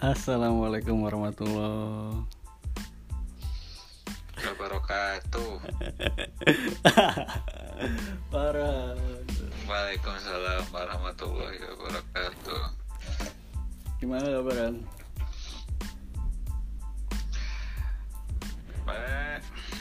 Assalamualaikum warahmatullahi wabarakatuh. Parah. Waalaikumsalam warahmatullahi wabarakatuh. Gimana kabaran? Baik.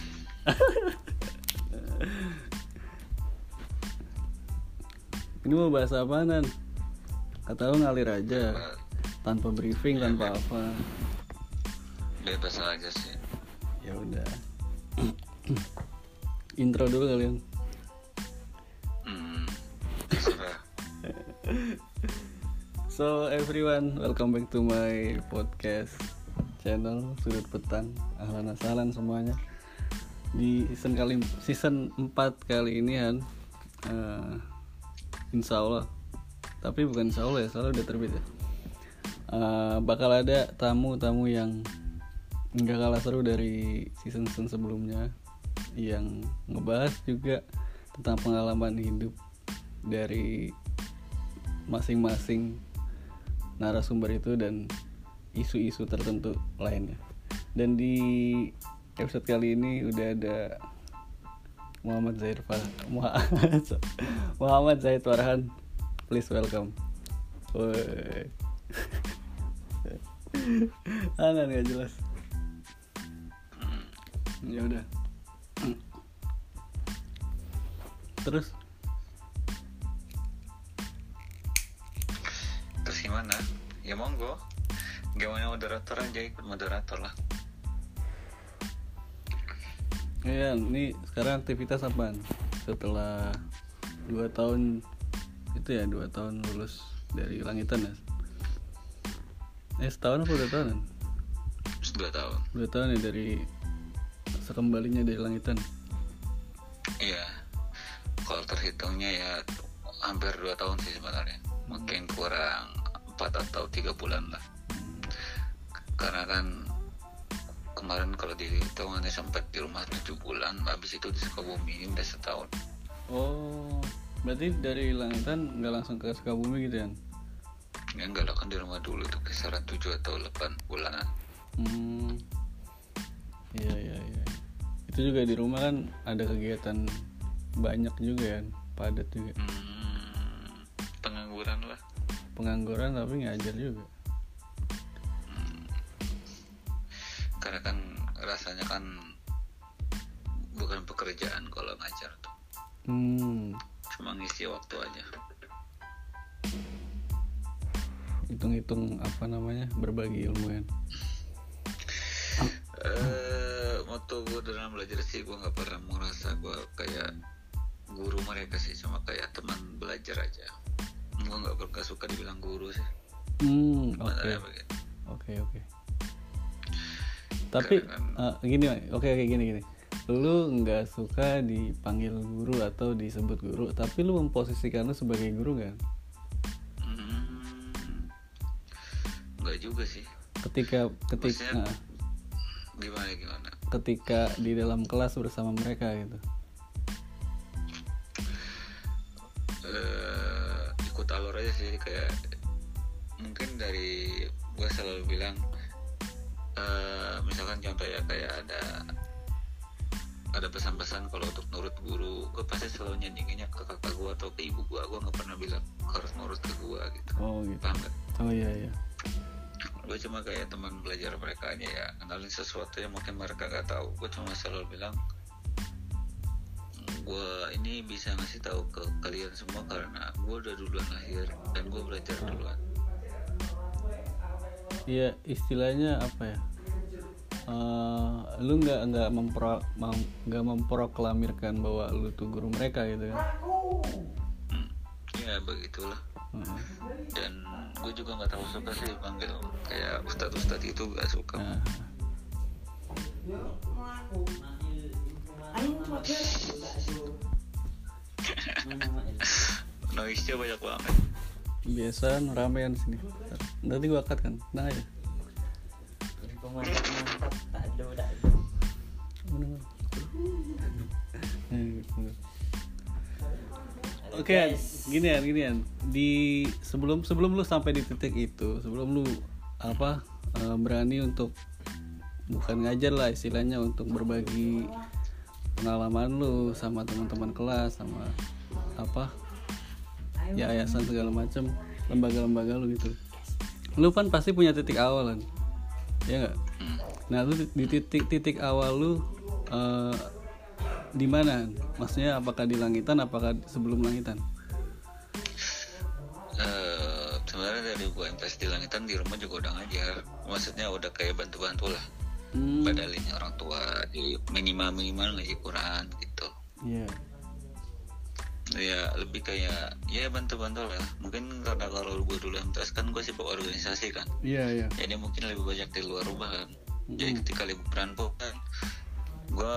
Ini mau bahas apaan, Nan? Kata lu ngalir aja, tanpa briefing, tanpa apa. Bebas aja sih. Ya udah. Intro dulu kalian. Terserah. So everyone, welcome back to my podcast channel Sudut Petang. Ahlan asahlan semuanya. Di season 4 kali ini kan, insya Allah, tapi bukan insya Allah ya, soalnya udah terbit ya. Bakal ada tamu-tamu yang nggak kalah seru dari season sebelumnya, yang ngebahas juga tentang pengalaman hidup dari masing-masing narasumber itu dan isu-isu tertentu lainnya. Dan di episode kali ini udah ada Muhammad Zahid Farhan. Please welcome. Woi. Angan gak jelas. Ya udah. Terus Gimana? Ya monggo. Gimana moderator aja, ikut moderator lah. ya, ini sekarang aktivitas apaan? Setelah 2 tahun itu ya, 2 tahun lulus dari Langitan ya? Setahun apa 2 tahunan? 2 tahun. 2 tahun ya dari sekembalinya dari Langitan. Iya. Kalau terhitungnya ya hampir 2 tahun sih sebenarnya. Mungkin kurang 4 atau 3 bulan lah. Karena kan kemarin kalau dihitungannya sempat di rumah 7 bulan, habis itu di Sukabumi udah setahun. Oh, berarti dari Langitan nggak langsung ke Sukabumi gitu ya? Ya enggak lah, kan di rumah dulu tuh kisaran 7 atau 8 bulanan. Iya. Itu juga di rumah kan ada kegiatan banyak juga kan, padat juga. Pengangguran lah. Pengangguran tapi ngajar juga. Karena kan rasanya kan bukan pekerjaan kalau ngajar tuh. Cuma ngisi waktu aja. Hitung-hitung apa namanya, berbagi ilmu kan. Moto gue dalam belajar sih, gue nggak pernah merasa gue kayak guru mereka sih, cuma kayak teman belajar aja. Gue nggak suka dibilang guru sih. Oke. Tapi gini. Lu nggak suka dipanggil guru atau disebut guru, tapi lu memposisikan lu sebagai guru kan? Nggak juga sih. Ketika gimana? Ketika di dalam kelas bersama mereka gitu. Ikut alur aja sih, kayak mungkin dari gue selalu bilang, misalkan contoh ya, kayak ada pesan-pesan kalau untuk nurut guru, gue pasti selalu nyanyiinnya ke kakak gue atau ke ibu gue nggak pernah bilang harus nurut ke gue gitu. Oh gitu. Paham gak? Oh iya. Gue cuma kayak teman belajar mereka aja ya, kenalin sesuatu yang mungkin mereka gak tahu. Gue cuma selalu bilang, gue ini bisa ngasih tahu ke kalian semua karena gue udah duluan lahir dan gue belajar duluan. Iya, istilahnya apa ya? Lu nggak memproklamirkan bahwa lu tuh guru mereka gitu kan? Ya begitulah. Dan gue juga nggak terlalu suka sih panggil kayak ustadz itu, gak suka. Noise-nya banyak banget. Biasa ramean sini. Nanti gue cut kan, tenang aja. Oke, ginian. Di sebelum lu sampai di titik itu, sebelum lu berani untuk bukan ngajar lah istilahnya, untuk berbagi pengalaman lu sama teman-teman kelas, sama yayasan segala macam, lembaga-lembaga lu gitu. Lu kan pasti punya titik awal kan, ya nggak? Nah lu di titik awal lu di mana? Maksudnya apakah di langitan, apakah sebelum langitan? Sebenarnya dari gue pas di langitan di rumah juga udah ngajar, maksudnya udah kayak bantu-bantu lah, badalin orang tua di minimal ngaji Quran gitu. Iya. Ya lebih kayak ya bantu-bantu lah. Mungkin karena kalau gue dulu MTS kan gue sibuk organisasi kan. Iya. Jadi mungkin lebih banyak di luar rumah kan. Jadi ketika liburan pun kan gue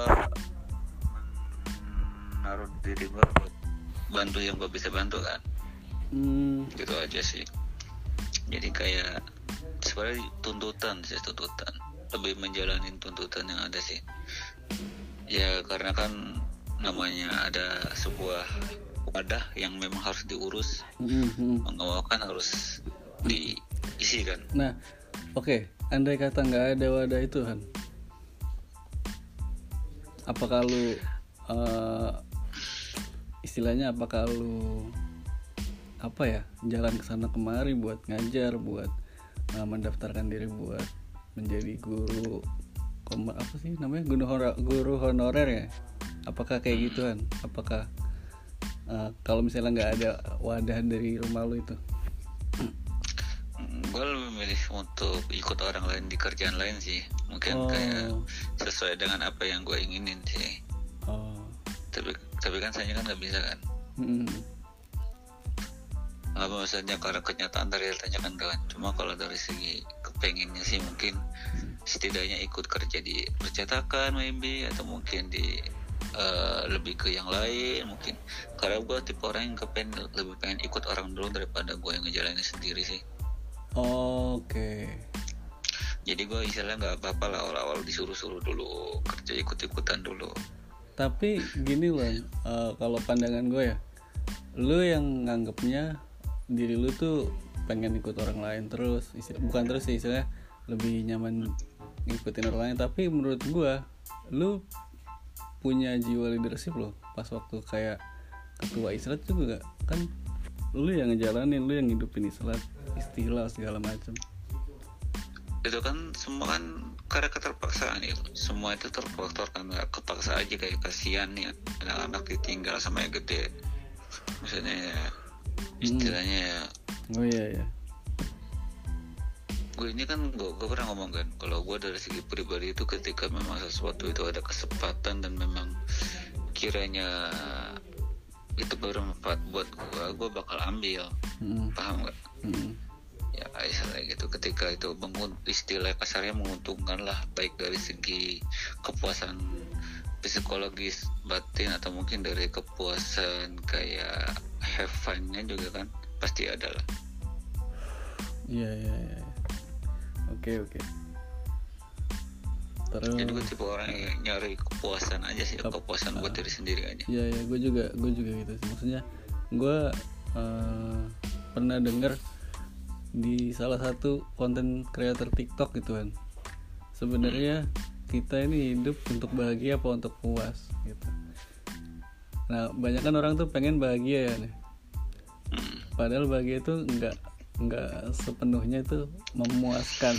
menaruh diri gue buat bantu yang gue bisa bantu kan. Gitu aja sih. Jadi kayak sebenarnya tuntutan, lebih menjalani tuntutan yang ada sih. Ya karena kan namanya ada sebuah wadah yang memang harus diurus, mau nggak mau kan harus diisi kan. Nah, oke. Andai kata nggak ada wadah itu kan, apakah lu istilahnya apakah lu jalan kesana kemari buat ngajar, buat mendaftarkan diri buat menjadi guru guru honorer ya? Apakah kayak gitu kan? Apakah kalau misalnya nggak ada wadah dari rumah lu itu? Gue lebih milih untuk ikut orang lain di kerjaan lain sih, mungkin kayak sesuai dengan apa yang gue inginin sih. Tapi kan saya kan nggak bisa kan. Apa maksudnya, karena kenyataan dari realitanya kan kawan. Cuma kalau dari segi kepengennya sih mungkin setidaknya ikut kerja di percetakan maybe, atau mungkin di lebih ke yang lain mungkin. Karena gue tipe orang yang lebih pengen ikut orang dulu daripada gue yang ngejalanin sendiri sih. Oke. Jadi gue istilahnya nggak apa-apa lah awal-awal disuruh-suruh dulu kerja, ikut-ikutan dulu. Tapi gini loh, kalau pandangan gue ya, lu yang nganggapnya diri lu tuh pengen ikut orang lain terus, bukan terus sih, istilahnya lebih nyaman ngikutin orang lain. Tapi menurut gue, lu punya jiwa leadership loh. Pas waktu kayak ketua islat juga kan, lu yang ngejalanin, lu yang hidupin islat, istilah segala macam. Itu kan semua kan karena keterpaksaan ya. Semua itu terfaktor karena kepaksa aja, kayak kasihan nih anak-anak ditinggal sama yang gede. Maksudnya ya istilahnya ya. Oh iya. Gue ini kan gue pernah ngomong kan, kalau gue dari segi pribadi itu ketika memang sesuatu itu ada kesempatan dan memang kiranya itu bermanfaat buat gue bakal ambil. Paham nggak? Ya istilah gitu, ketika itu istilah kasarnya menguntungkan lah, baik dari segi kepuasan psikologis batin atau mungkin dari kepuasan kayak have fun-nya juga kan pasti ada lah. Iya. Oke. Terus jadi gue tipe orang yang nyari kepuasan aja sih, kepuasan buat diri sendiri aja. Iya, gue juga gitu sih. Maksudnya gue pernah dengar di salah satu konten kreator TikTok gitu kan, sebenarnya kita ini hidup untuk bahagia apa untuk puas gitu. Nah, banyak kan orang tuh pengen bahagia ya nih. Padahal bahagia itu nggak sepenuhnya itu memuaskan.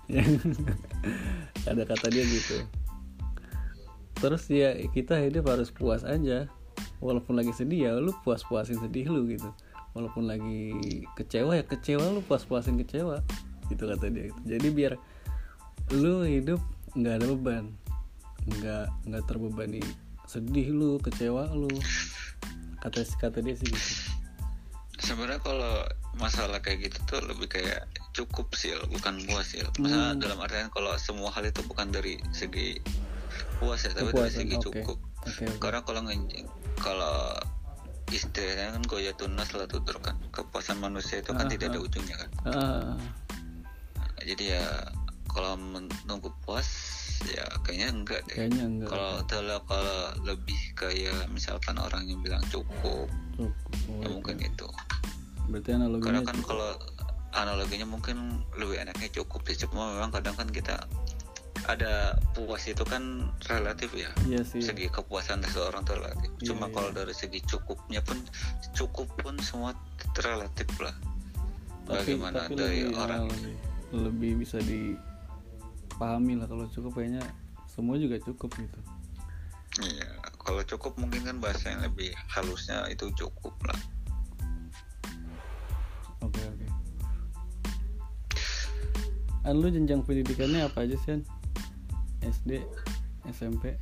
Ada kata dia gitu. Terus ya kita hidup harus puas aja. Walaupun lagi sedih ya lu puas-puasin sedih lu gitu. Walaupun lagi kecewa ya kecewa, lu puas-puasin kecewa gitu kata dia gitu. Jadi biar lu hidup nggak ada beban, nggak terbebani sedih lu, kecewa lu, kata dia sih gitu. Sebenarnya kalau masalah kayak gitu tuh lebih kayak cukup sih, bukan puas sih. Masalah dalam artian kalau semua hal itu bukan dari segi puas ya, tapi dari segi cukup. Okay. Karena kalau istilahnya kan goyatun nas la tutur kan, kepuasan manusia itu kan tidak ada ujungnya kan. Jadi ya kalau menunggu puas ya kayaknya enggak deh. Kalau lebih kayak misalkan orang yang bilang cukup. Ya mungkin itu. Berarti analoginya karena kan analoginya mungkin lebih enaknya cukup sih, cuma memang kadang kan kita ada puas itu kan relatif ya. Iya sih. Segi kepuasan seseorang itu relatif. Cuma Iya. kalau dari segi cukupnya pun, cukup pun semua relatif lah. Bagaimana tapi dari lebih, orang. lebih bisa dipahami lah. Kalau cukup kayaknya semua juga cukup gitu. Iya, kalau cukup mungkin kan bahasa yang lebih halusnya itu cukup lah. Oke. Lu jenjang pendidikannya apa aja sih? SD, SMP?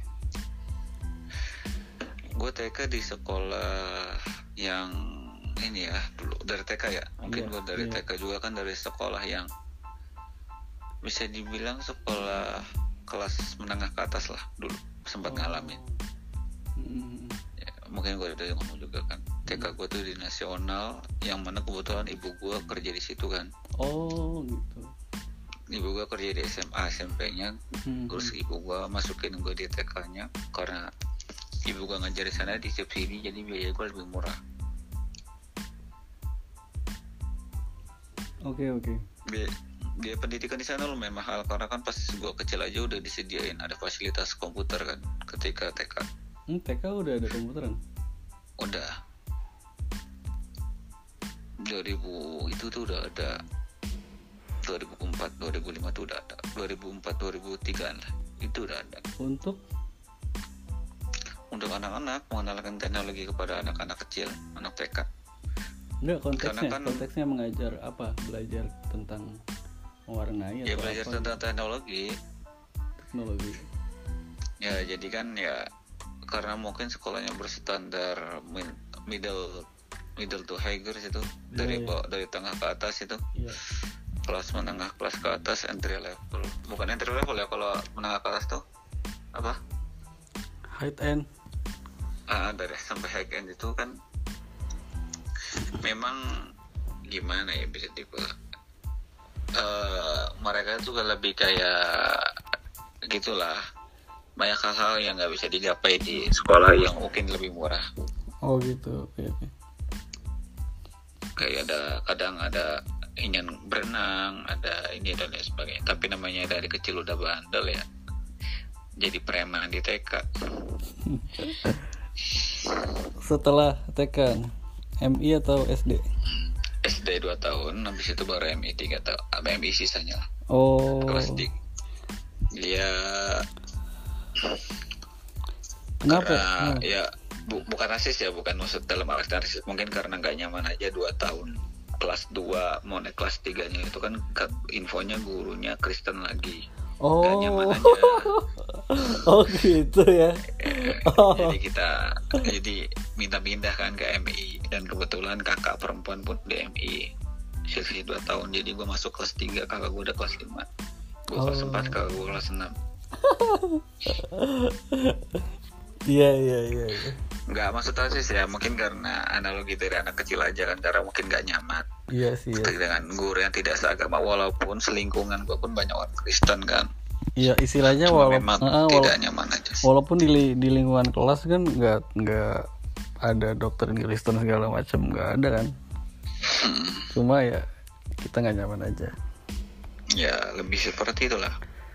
Gue TK di sekolah yang ini ya, dulu dari TK ya. Mungkin gue dari TK juga kan, dari sekolah yang bisa dibilang sekolah kelas menengah ke atas lah dulu, sempat ngalamin. Ya, mungkin gue udah ngomong juga kan, TK gue tuh di nasional, yang mana kebetulan ibu gue kerja di situ kan. Oh gitu. Ibu gue kerja di SMA SMP-nya, terus ibu gue masukin gue di TK-nya karena ibu gue ngajar di sana di subsidi, jadi biaya gue lebih murah. Oke. Biaya pendidikan di sana lumayan mahal karena kan pas gue kecil aja udah disediain ada fasilitas komputer kan ketika TK. TK udah ada komputeran? Udah. 2000 itu tuh udah ada. 2004, 2005 tuh udah ada. 2004, 2003 lah. Itu udah ada. Untuk anak-anak, mengenalkan teknologi kepada anak-anak kecil, anak TK. Enggak, konteksnya, kan, konteksnya mengajar apa? Belajar tentang mewarnai ya atau belajar apa? tentang teknologi. Ya jadi kan ya karena mungkin sekolahnya berstandar middle to higher itu, dari tengah ke atas itu. Iya. Kelas menengah, kelas ke atas, entry level. Bukan entry level ya, kalau menengah ke atas tuh apa? High end. Dari sampai high end itu kan memang gimana ya bisa dibilang, mereka juga lebih kayak gitulah, banyak hal-hal yang nggak bisa digapai di sekolah yang mungkin lebih murah. Oh gitu. Oke. Kayak kadang ada ingin berenang, ada ini dan lain sebagainya, tapi namanya dari kecil udah bandel ya, jadi preman di TK. Setelah TK, MI atau SD? SD 2 tahun, habis itu baru MI 3 tahun, MI sisanya lah. Oh. Kelas 3. Dia Kenapa? Karena ya bukan rasis ya, bukan maksud dalam arti rasis, mungkin karena nggak nyaman aja 2 tahun. Kelas 2 mau naik kelas 3-nya itu kan infonya gurunya Kristen lagi. Oh. Gak nyaman aja. Oh gitu ya. Jadi minta pindah kan ke MI, dan kebetulan kakak perempuan pun di MI. Selisih 2 tahun, jadi gue masuk kelas 3, kakak gue udah kelas 5. Gue kelas 4, kakak gue kelas 6. Iya. Nggak maksud rasis ya, mungkin karena analogi dari anak kecil aja kan, karena mungkin nggak nyaman. Iya sih ya. Dengan guru yang tidak seagama, walaupun selingkungan gue pun banyak orang Kristen kan. Iya, istilahnya memang tidak nyaman aja sih. Walaupun di lingkungan kelas kan nggak ada doktrin Kristen segala macam, nggak ada kan. Cuma ya kita nggak nyaman aja. Ya lebih seperti itulah.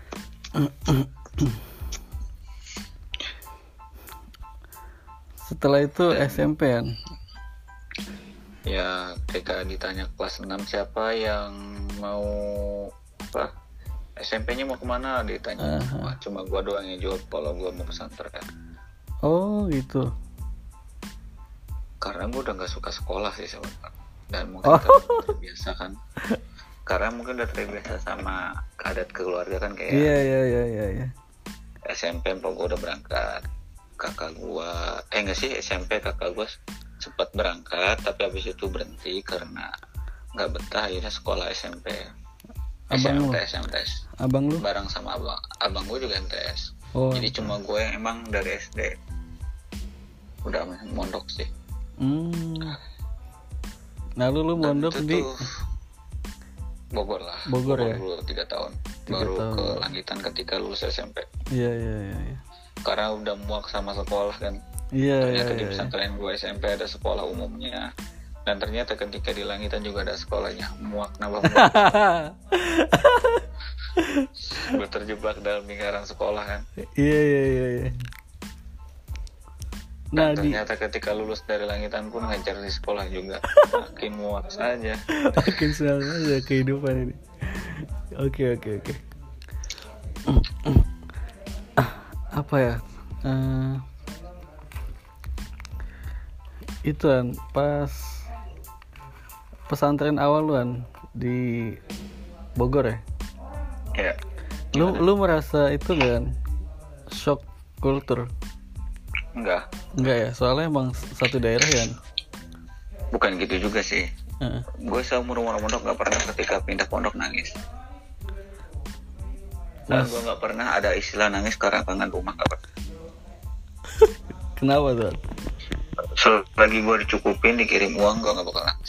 Setelah itu SMP kan? Ya ketika ditanya kelas 6 siapa yang mau apa, SMP-nya mau kemana ditanya. Cuma gua doang yang jawab kalau gua mau pesantren. Oh gitu. Karena gua udah nggak suka sekolah sih sebenarnya, dan mungkin karena biasa kan, karena mungkin udah terbiasa sama adat keluarga kan, kayak Iya. SMP gua udah berangkat, kakak gua SMP kakak gua sempat berangkat, tapi habis itu berhenti karena nggak betah, akhirnya sekolah SMP. MTS. Abang lu? Bareng sama abang gue juga MTS. Oh. Jadi cuma gue yang emang dari SD udah mondok sih. Nah lu mondok di Bogor lah. Bogor ya? Dulu 3 tahun. Baru ke Langitan ketika lulus SMP. Iya. Karena udah muak sama sekolah kan. Iya. Ternyata di pesantren gue SMP ada sekolah umumnya, Dan ternyata ketika di langitan juga ada sekolahnya. Muak nambah muak. Gue terjebak dalam lingkaran sekolah kan. Iya. Nah, Dan ternyata ketika lulus dari langitan pun ngajar di sekolah juga. Makin muak saja. makin senang aja kehidupan ini. Oke. Apa ya? Itu kan pas pesantren awal lu kan di Bogor ya? Ya. Lu merasa itu kan shock kultur? Enggak ya, soalnya emang satu daerah kan. Bukan gitu juga sih. Gue seumur pondok gak pernah ketika pindah pondok nangis. Dan gue gak pernah ada istilah nangis karena kangen rumah, gak pernah. Kenapa tuh? Selagi gue dicukupin, dikirim uang, gue gak bakal nangis.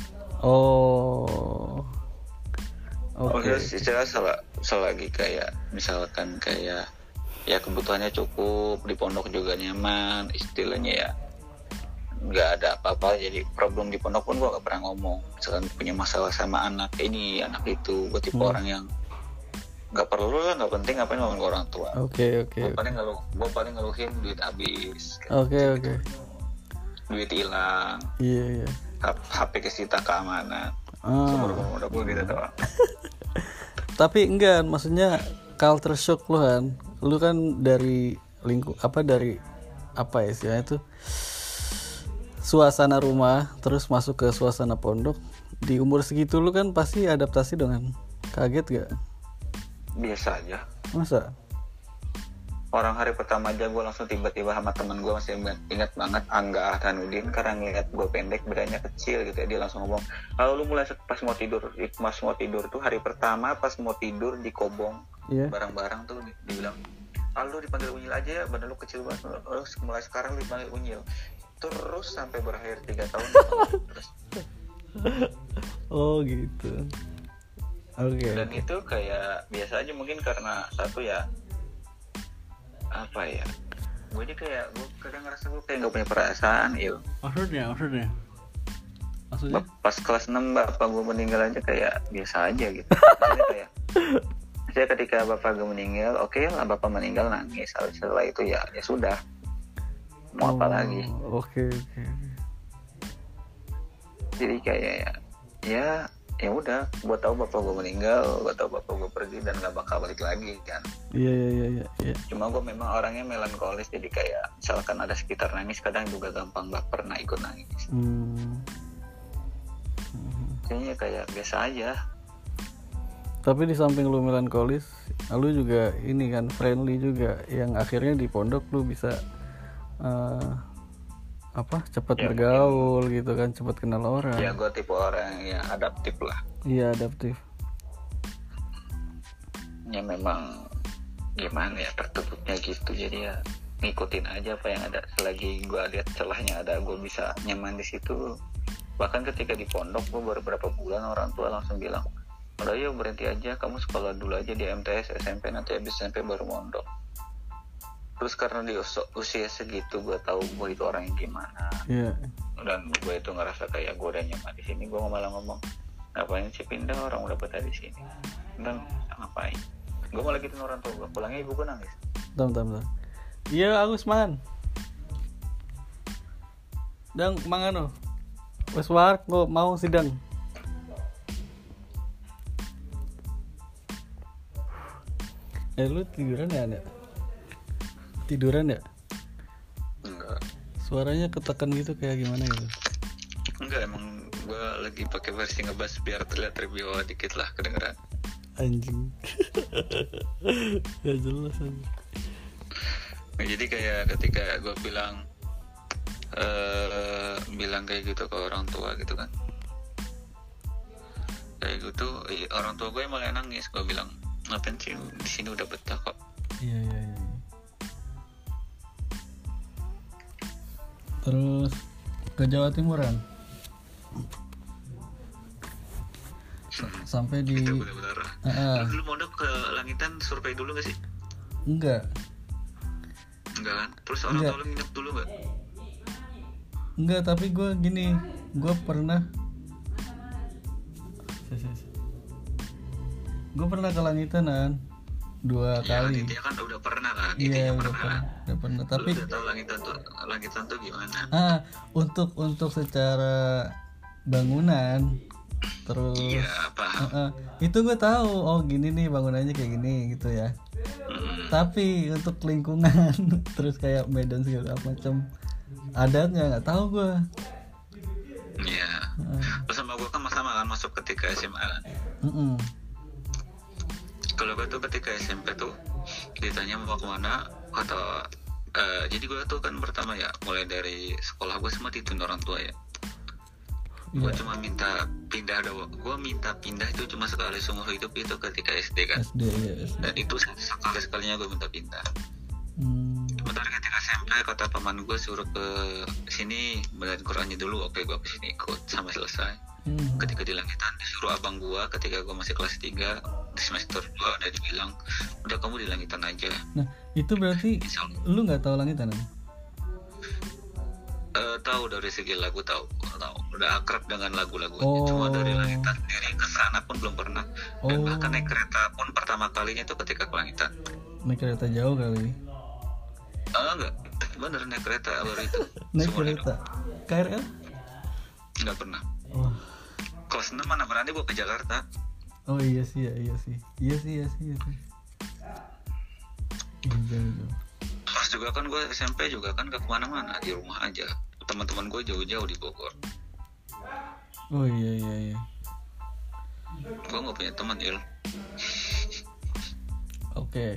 Oh, oke. Istilah selagi kayak misalkan kayak ya kebutuhannya cukup, di pondok juga nyaman, istilahnya ya nggak ada apa-apa. Jadi problem di pondok pun gue gak pernah ngomong. Misalkan punya masalah sama anak ini, anak itu, gue tipe orang yang nggak perlu lah, nggak penting ngapain ngomong ke orang tua. Oke. Gue paling ngeluhin duit habis. Oke. Duit hilang. Iya. HP kesita keamanan. Seumur gue gitu doang. Tapi enggak, maksudnya culture shock lu kan. Lu kan dari dari apa ya istilahnya itu, suasana rumah terus masuk ke suasana pondok. Di umur segitu lu kan pasti adaptasi dong kan. Kaget gak? Biasa aja. Masa? Orang hari pertama aja gue langsung tiba-tiba sama temen gue, masih ingat banget, Angga Ahsanudin, karena ngeliat gue pendek badannya kecil gitu ya, dia langsung ngomong, kalau lu mulai pas mau tidur tuh hari pertama pas mau tidur di kobong barang-barang tuh dibilang, lu dipanggil Unyil aja ya, badan lu kecil banget, mulai sekarang lu dipanggil Unyil. Terus sampai berakhir 3 tahun terus. Oh gitu. Oke. Dan itu kayak biasa aja, mungkin karena satu ya apa ya, gue kadang ngerasa gue kayak gak punya perasaan. Maksudnya pas kelas 6 bapak gue meninggal aja kayak biasa aja gitu. Kayak saya ketika bapak gue meninggal, oke lah bapak meninggal nangis, setelah itu ya sudah, mau apa lagi. Oke. Jadi kayak ya udah, gue tahu bapak gue meninggal, gue tahu bapak gue pergi dan gak bakal balik lagi kan. Iya. Cuma gue memang orangnya melankolis, jadi kayak misalkan ada sekitar nangis kadang juga gampang baper, pernah ikut nangis. Kayaknya kayak biasa aja. Tapi di samping lu melankolis, lu juga ini kan friendly juga, yang akhirnya di pondok lu bisa cepat bergaul gitu kan, cepat kenal orang. Ya gue tipe orang yang adaptif lah. Iya, adaptif. Ya memang gimana ya, tertutupnya gitu, jadi ya ngikutin aja apa yang ada. Selagi gue lihat celahnya ada, gue bisa nyaman di situ. Bahkan ketika di pondok gue baru beberapa bulan, orang tua langsung bilang, udah yuk berhenti aja, kamu sekolah dulu aja di MTS SMP, nanti habis SMP baru mondok. Terus karena di usia segitu gue tahu gue itu orang yang gimana. Iya. Dan gue itu ngerasa kayak gue udah nyaman di sini, gue malah ngomong, ngapain sih pindah, orang udah betah di sini. Dan ngapain? Gue malah gituin orang tua gue, pulangnya ibu gue nangis. Bentar. Iya, Agus mangan. Dang mangan oh. Wes war kok mau sidang. Lu tiduran ya, Anda? Tiduran ya? Enggak. Suaranya ketekan gitu kayak gimana gitu? Enggak, emang gue lagi pakai versi ngebas biar terlihat lebih bawah dikit lah kedengeran. Anjing. Gak jelas anjing. Nah, jadi kayak ketika gue bilang kayak gitu ke orang tua gitu kan, kayak gitu, orang tua gue malah nangis. Gue bilang, ngapain sih di sini, udah betah kok. Iya. Terus ke Jawa Timuran sampai di Lu mondok ke Langitan survei dulu gak sih? Enggak kan? Terus orang tua lu nginep dulu gak? Enggak, tapi gue gini, gue pernah ke Langitanan 2 Ya, kali. intinya kan udah pernah kan? Iya, Intinya udah pernah. pernah. Lu Tapi udah tahu langitan tuh gimana? untuk secara bangunan terus Iya, paham. itu gue tahu, oh gini nih bangunannya kayak gini gitu ya. Tapi untuk lingkungan terus kayak medan segala macam adatnya nggak tahu gue. Iya. Terus sama gue kan sama kan masuk ketika SMA kan. Kalau gue tuh ketika SMP tuh ditanya mau kemana, kata jadi gue tuh kan pertama ya mulai dari sekolah gue semua ditunda orang tua ya. Gue cuma minta pindah doang. Gue minta pindah itu cuma sekali seumur hidup, itu ketika SD kan. SD. Dan itu sekalinya gue minta pindah. Sementara ketika SMP kata paman gue suruh ke sini belajar Qurannya dulu. Oke, gue kesini ikut sampai selesai. Ketika di Langitan disuruh abang gue ketika gue masih kelas 3 di semester 2 udah dibilang udah kamu di Langitan aja. Nah itu berarti lu nggak tahu Langitan kan? Tahu dari segi lagu, tahu udah akrab dengan lagu-lagunya. Cuma dari Langitan sendiri ke sana pun belum pernah. Dan bahkan naik kereta pun pertama kalinya itu ketika ke Langitan. Naik kereta jauh kali? Enggak, bener naik kereta baru itu. Naik kereta KRL? Nggak pernah. Kelas 6 mana berani gue ke Jakarta. Oh iya sih. Iya sih. Terus juga kan gue SMP juga kan gak kemana-mana, di rumah aja. Teman-teman gue jauh-jauh di Bogor. Oh iya. Gue gak punya teman Il. Oke.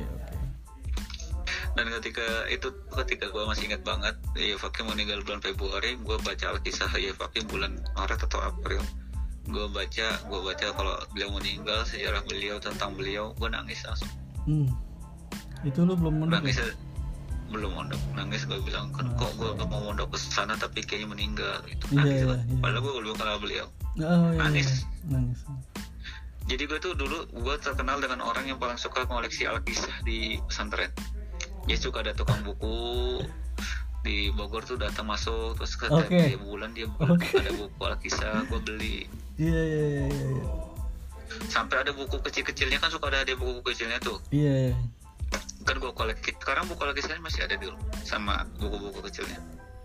Dan ketika gue masih ingat banget Yefaki meninggal bulan Februari, gue baca Alkisah Yefaki bulan Maret atau April. Gue baca kalau beliau meninggal, sejarah beliau, tentang beliau, gue nangis langsung. Itu lu belum mondok? Nangis belum mondok, nangis. Gue bilang kan kok gue mau mondok ke sana tapi kayaknya meninggal gitu. Nangis kan. Padahal gue belum kenal beliau. Nangis. Jadi gue tuh dulu gue terkenal dengan orang yang paling suka koleksi Alkisah di pesantren. Dia suka ada tukang buku di Bogor tuh datang masuk terus tiap bulan dia ada buku Alkisah, gue beli. Iya. Sampai ada buku kecil-kecilnya kan, suka ada buku kecilnya tuh. Iya. Kan gue koleksi. Sekarang buku Alkisah masih ada dulu sama buku-buku kecilnya.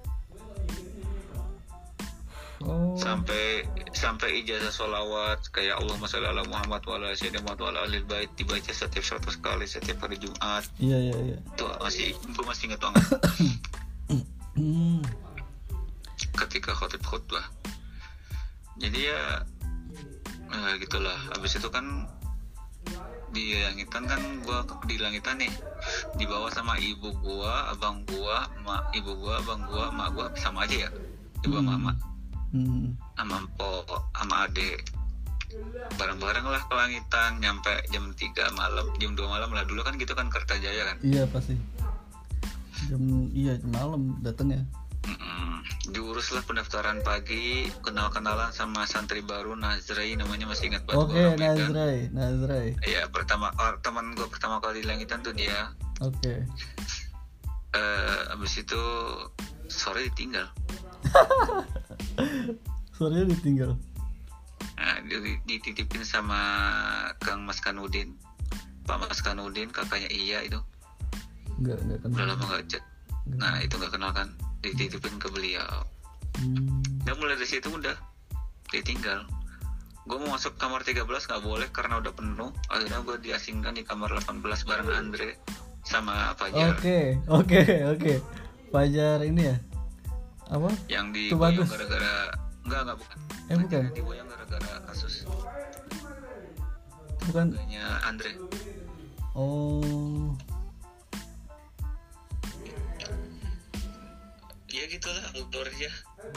Sampai ijazah sholawat kayak Allahumma sholli ala Muhammad wa ala sayyidina Muhammad wa ala alil bait dibaca setiap 100 kali setiap hari Jumat. Iya. Itu gue masih ingat banget. Ketika khutbah. Jadi ya gitulah. Habis itu kan di Langitan kan gua di Langitan nih dibawa sama ibu gua, abang gua, ibu gua, abang gua, mak gua sama aja ya. Ibu mama. Sama empok, sama adek. Bareng-bareng lah ke Langitan, nyampe jam 3 malam, jam 2 malam lah. Dulu kan gitu kan, Kertajaya kan. Iya pasti. Jam malam datangnya. Diurus lah pendaftaran pagi, kenal-kenalan sama santri baru Nazrai, namanya masih ingat banget. Oke, Nazrai. Iya, teman gue pertama kali di Langitan tuh dia. Oke. Abis itu sore ditinggal. Sorenya ditinggal. Nah, dititipin sama Kang Mas Kanudin, Pak Mas Kanudin, kakaknya Iya itu. Enggak kenal. Udah lama gak chat. Nah itu gak kenal kan, dititipin ke beliau. Dan mulai dari situ udah ditinggal. Gue mau masuk kamar 13 gak boleh karena udah penuh. Akhirnya gue diasingkan di kamar 18 bareng Andre sama Fajar. Oke. Fajar ini ya? Apa? Yang diboyong gara-gara enggak bukan. Bukan. Yang diboyong gara-gara kasus. Bukan. Kayaknya Andre. Oh. Ya gitulah outdoornya.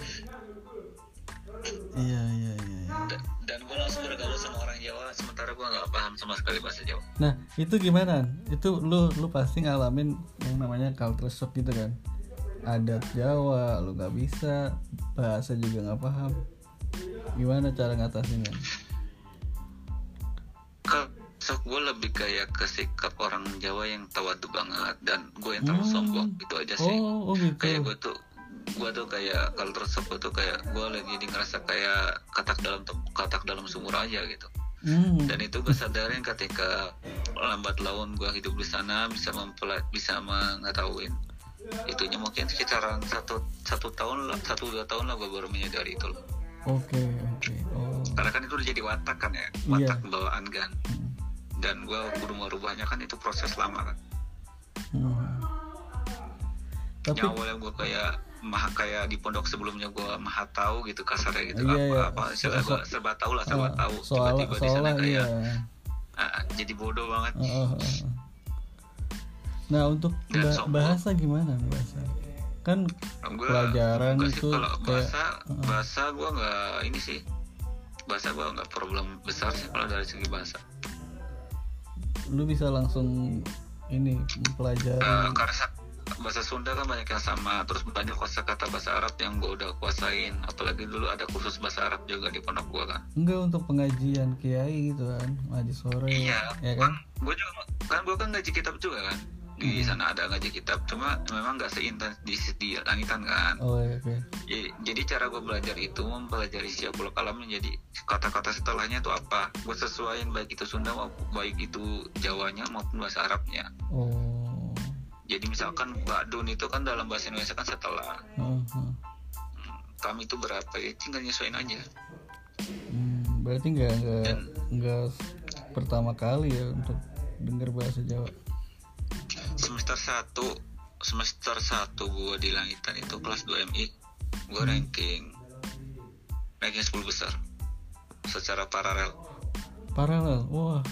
Iya. Dan gue langsung bergaul sama orang Jawa, sementara gue nggak paham sama sekali bahasa Jawa. Nah itu gimana? Itu lu pasti ngalamin yang namanya culture shock gitu kan? Adat Jawa lu nggak bisa, bahasa juga nggak paham. Gimana cara ngatasinnya? Sok gue lebih kayak ke sikap orang Jawa yang tawadu banget, dan gue yang terlalu sombong gitu aja sih. Oh gitu. Kayak gue tuh gue tuh kayak kalau tersebut tuh kayak gue lagi ngerasa kayak katak dalam sumur aja gitu. Dan itu gue sadarin ketika lambat laun gue hidup di sana, bisa mengetahuin itunya mungkin sekitaran satu tahun lah, 1-2 tahun lah gue baru menyadari itu loh. Oke. Oh. Karena kan itu udah jadi watak kan ya, watak bawaan kan. Dan gue kudu merubahnya kan itu proses lama kan. Tapi yang awalnya gue kayak di pondok sebelumnya gue maha tahu gitu kasarnya gitu, istilah gue serba tahu tiba-tiba di sana kayak jadi bodoh banget. Nah untuk bahasa gimana bahasa? Kan pelajaran itu kalau bahasa gue nggak ini sih, bahasa gue nggak problem besar sih kalau dari segi bahasa. Lu bisa langsung ini mempelajari. Karena bahasa Sunda kan banyak yang sama, terus banyak kosakata bahasa Arab yang gue udah kuasain, apalagi dulu ada kursus bahasa Arab juga di pondok gue kan. Enggak, untuk pengajian kiai gitu kan, ngaji sore. Iya ya kan? Gue juga gue kan ngaji kitab juga kan. Di sana ada ngaji kitab, cuma memang nggak seintens di langitan kan. Okay. Jadi cara gue belajar itu mempelajari Syiabul Kalam, menjadi kata-kata setelahnya itu apa, gue sesuaiin baik itu Sunda maupun baik itu Jawanya maupun bahasa Arabnya. Jadi misalkan Ba'dun itu kan dalam bahasa Indonesia kan setelah. Kami itu berapa ya, tinggal nyesuaiin aja. Berarti nggak pertama kali ya untuk dengar bahasa Jawa. Semester 1 gue di langitan itu kelas 2 MI, gue ranking 10 besar secara paralel. Wah.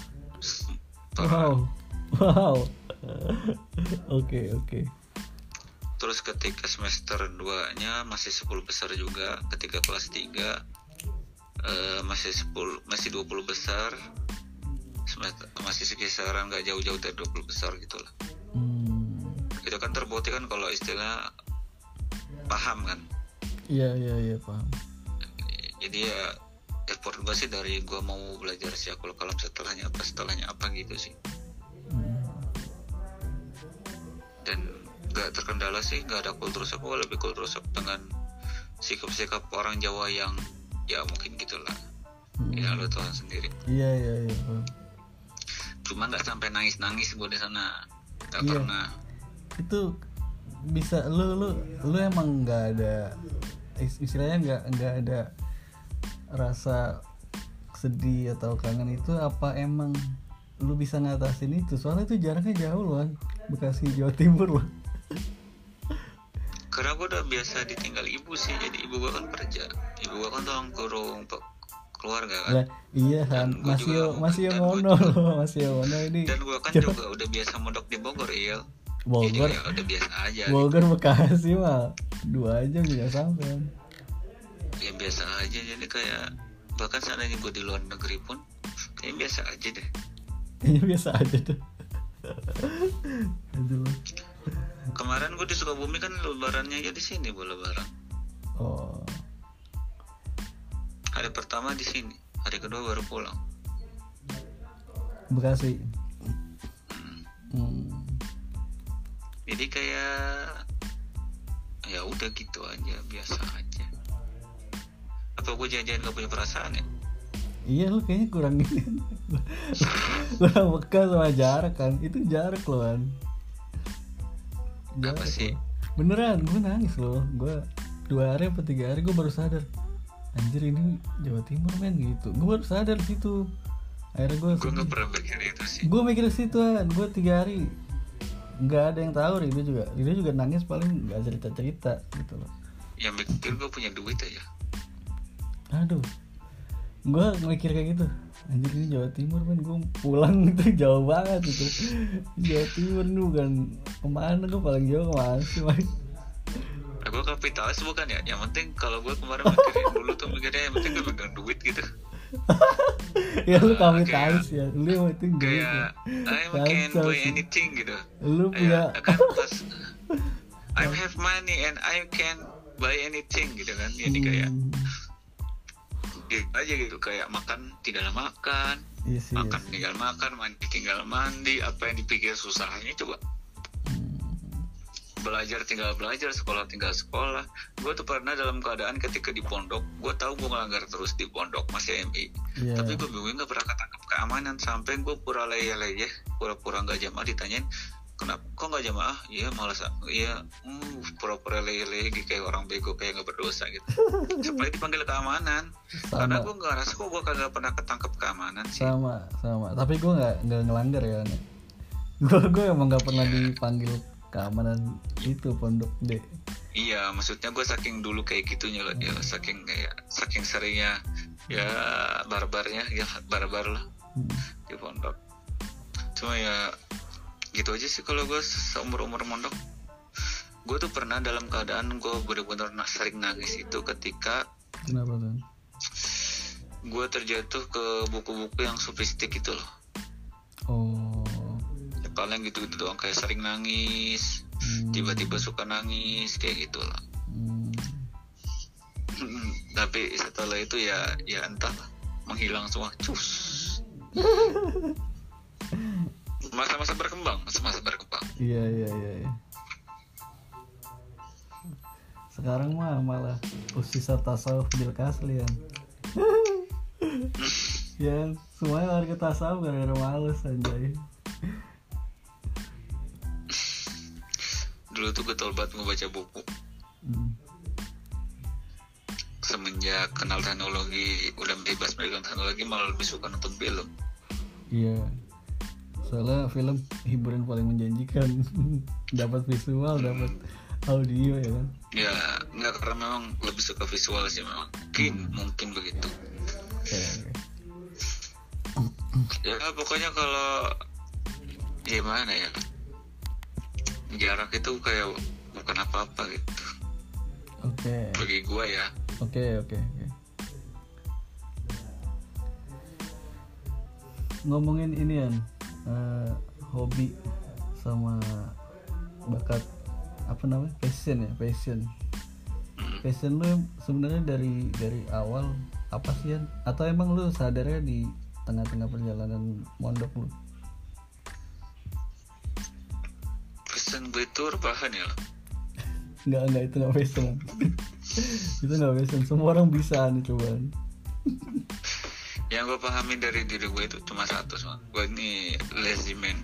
Wow. Oke. Terus ketika semester 2-nya masih 10 besar juga. Ketika kelas 3 masih 20 besar. Masih sekisaran gak jauh-jauh dari 20 besar gitulah. Itu kan terbukti kan kalau istilah paham kan. Iya paham. Jadi ya effort gue sih dari gue mau belajar Syiabul Kalam setelahnya apa gitu sih. Dan gak terkendala sih, gak ada kultur shock. Gue lebih kultur shock dengan sikap-sikap orang Jawa yang ya mungkin gitulah. Ya lo tahu sendiri. Iya. Cuma gak sampai nangis gue di sana, gak pernah. Itu bisa lu emang nggak ada istilahnya nggak ada rasa sedih atau kangen itu, apa emang lu bisa ngatasin itu? Soalnya itu jaraknya jauh loh, Bekasi Jawa Timur loh. Karena gue udah biasa ditinggal ibu sih, jadi ibu gue kan kerja, ibu gue kan tolong kurung keluarga kan. Lah, iya kan, masih yang ngono ini. Dan gue kan juga udah biasa mondok di Bogor, iya. Bogor ya udah biasa aja. Bogor gitu. Bekasi mah 2 jam bisa sampai. Ya biasa aja, jadi kayak bahkan seandainya gue di luar negeri pun kayaknya biasa aja deh. Aduh. Kemarin gue di Sukabumi kan lebarannya ya di sini gue lebaran. Hari pertama di sini, hari kedua baru pulang. Bekasi. Jadi kayak ya udah gitu aja, biasa aja. Apa gue jangan gak punya perasaan ya? Iya, lu kayaknya kurang peka sama jarak kan. Itu jarak loh kan. Apa sih? Beneran, gue nangis loh. Gue 2 hari atau 3 hari gue baru sadar, anjir ini Jawa Timur men gitu. Gue baru sadar situ. Akhirnya gue gak pernah mikir itu sih. Gue mikir situ kan. Gue 3 hari nggak ada yang tahu. Dia juga nangis, paling nggak cerita gitu loh. Yang mikir gue punya duit aja. Aduh, gue mikir kayak gitu, anjir ini Jawa Timur men, gue pulang itu jauh banget itu. Jawa Timur nih bukan kemana, gue paling jauh kemana sih man? Gue kapitalis bukan ya, yang penting kalau gue kemarin mikirin dulu tuh mikirnya yang penting gue pegang duit gitu. Ya lu kapitalis ya, lu yang penting duit kayak I can buy anything gitu. Lu punya kan pas I have money and I can buy anything gitu kan. Jadi kayak gitu aja gitu, kayak makan tinggal makan, makan tinggal makan, mandi tinggal mandi, apa yang dipikir susahnya coba. belajar tinggal belajar, sekolah tinggal sekolah. Gue tuh pernah dalam keadaan ketika di pondok, gue tahu gue ngelanggar terus di pondok masih MI, tapi gue bingung nggak pernah ketangkep keamanan, sampai gue pura leyeh, pura-pura nggak jamaah, ditanyain kenapa kok nggak jamaah, iya malas, iya pura-pura leyeh kayak orang bego, kayak nggak berdosa gitu. Sampai dipanggil keamanan, karena gue nggak rasa kok gue kagak pernah ketangkep keamanan sih. Sama, tapi gue nggak ngelanggar ya. Gue emang nggak pernah dipanggil keamanan itu pondok deh. Iya, maksudnya gue saking dulu kayak gitunya loh, ya saking seringnya ya barbarnya, ya barbar lah di pondok. Cuma ya gitu aja sih kalau gue seumur mondok. Gue tuh pernah dalam keadaan gue bener-bener sering nangis itu ketika kenapa tuh? Gue terjatuh ke buku-buku yang sofistik itu loh. Ya, paling gitu-gitu doang, kayak sering nangis, tiba-tiba suka nangis kayak gitulah. Tapi setelah itu ya entah, menghilang semua. Cus. Masa-masa berkembang. Iya. Sekarang mah malah sisa tasawuf bil kaslian. Ya, semuanya lari ke tasawuf gara-gara males anjay. Dulu tuh getol banget ngebaca buku. Semenjak kenal teknologi, udah bebas megang teknologi, malah lebih suka nonton film. Iya. Soalnya film hiburan paling menjanjikan. Dapat visual, dapat audio ya kan. Ya, enggak, karena memang lebih suka visual sih memang. Mungkin begitu. Okay. Ya pokoknya kalau gimana ya, jarak itu kayak bukan apa-apa gitu. Oke. Bagi gua ya. Oke. Ngomongin ini kan, hobi sama bakat, apa namanya, passion lu sebenarnya dari awal apa sih Yan? Atau emang lu sadarnya di tengah-tengah perjalanan mondok lu? Passion gue itu rebahan ya. Enggak, itu nggak passion. Itu nggak passion, semua orang bisa nih cobaan. Yang gue pahami dari diri gue itu cuma satu, gue ini lazy man.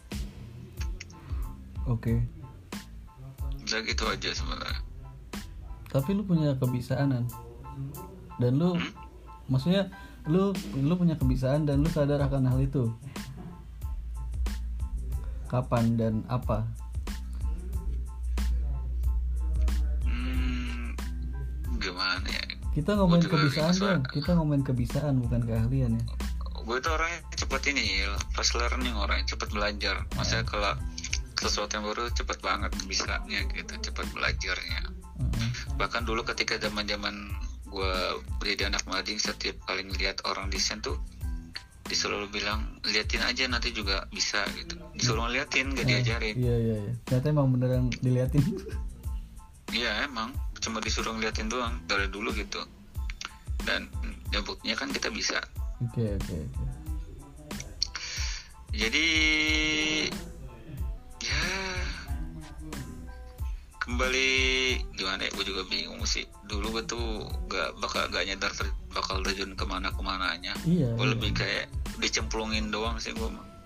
Oke. Udah gitu aja sebenarnya. Tapi lu punya kebiasaan dan lu maksudnya lu punya kebiasaan dan lu sadar akan hal itu. Kapan dan apa? Gimana ya? Kita ngomongin kebiasaan dong. Kita ngomongin kebiasaan bukan keahlian ya. Gue tuh orangnya cepet fast learning, orangnya cepet belajar. Maksudnya kalau sesuatu yang baru cepet banget bisanya gitu, cepet belajarnya. Bahkan dulu ketika zaman gue jadi anak mading, setiap kali ngeliat orang desain tuh disuruh bilang liatin aja nanti juga bisa gitu, disuruh ngeliatin, gak diajarin. Iya. Ternyata emang beneran diliatin. Iya emang cuma disuruh ngeliatin doang dari dulu gitu, dan ya buktinya kan kita bisa. Oke. Jadi ya kembali gimana ya, gue juga bingung sih. Dulu gue tuh gak nyadar bakal terjun kemananya. Iya. Gue lebih kayak dicemplungin doang sih gue.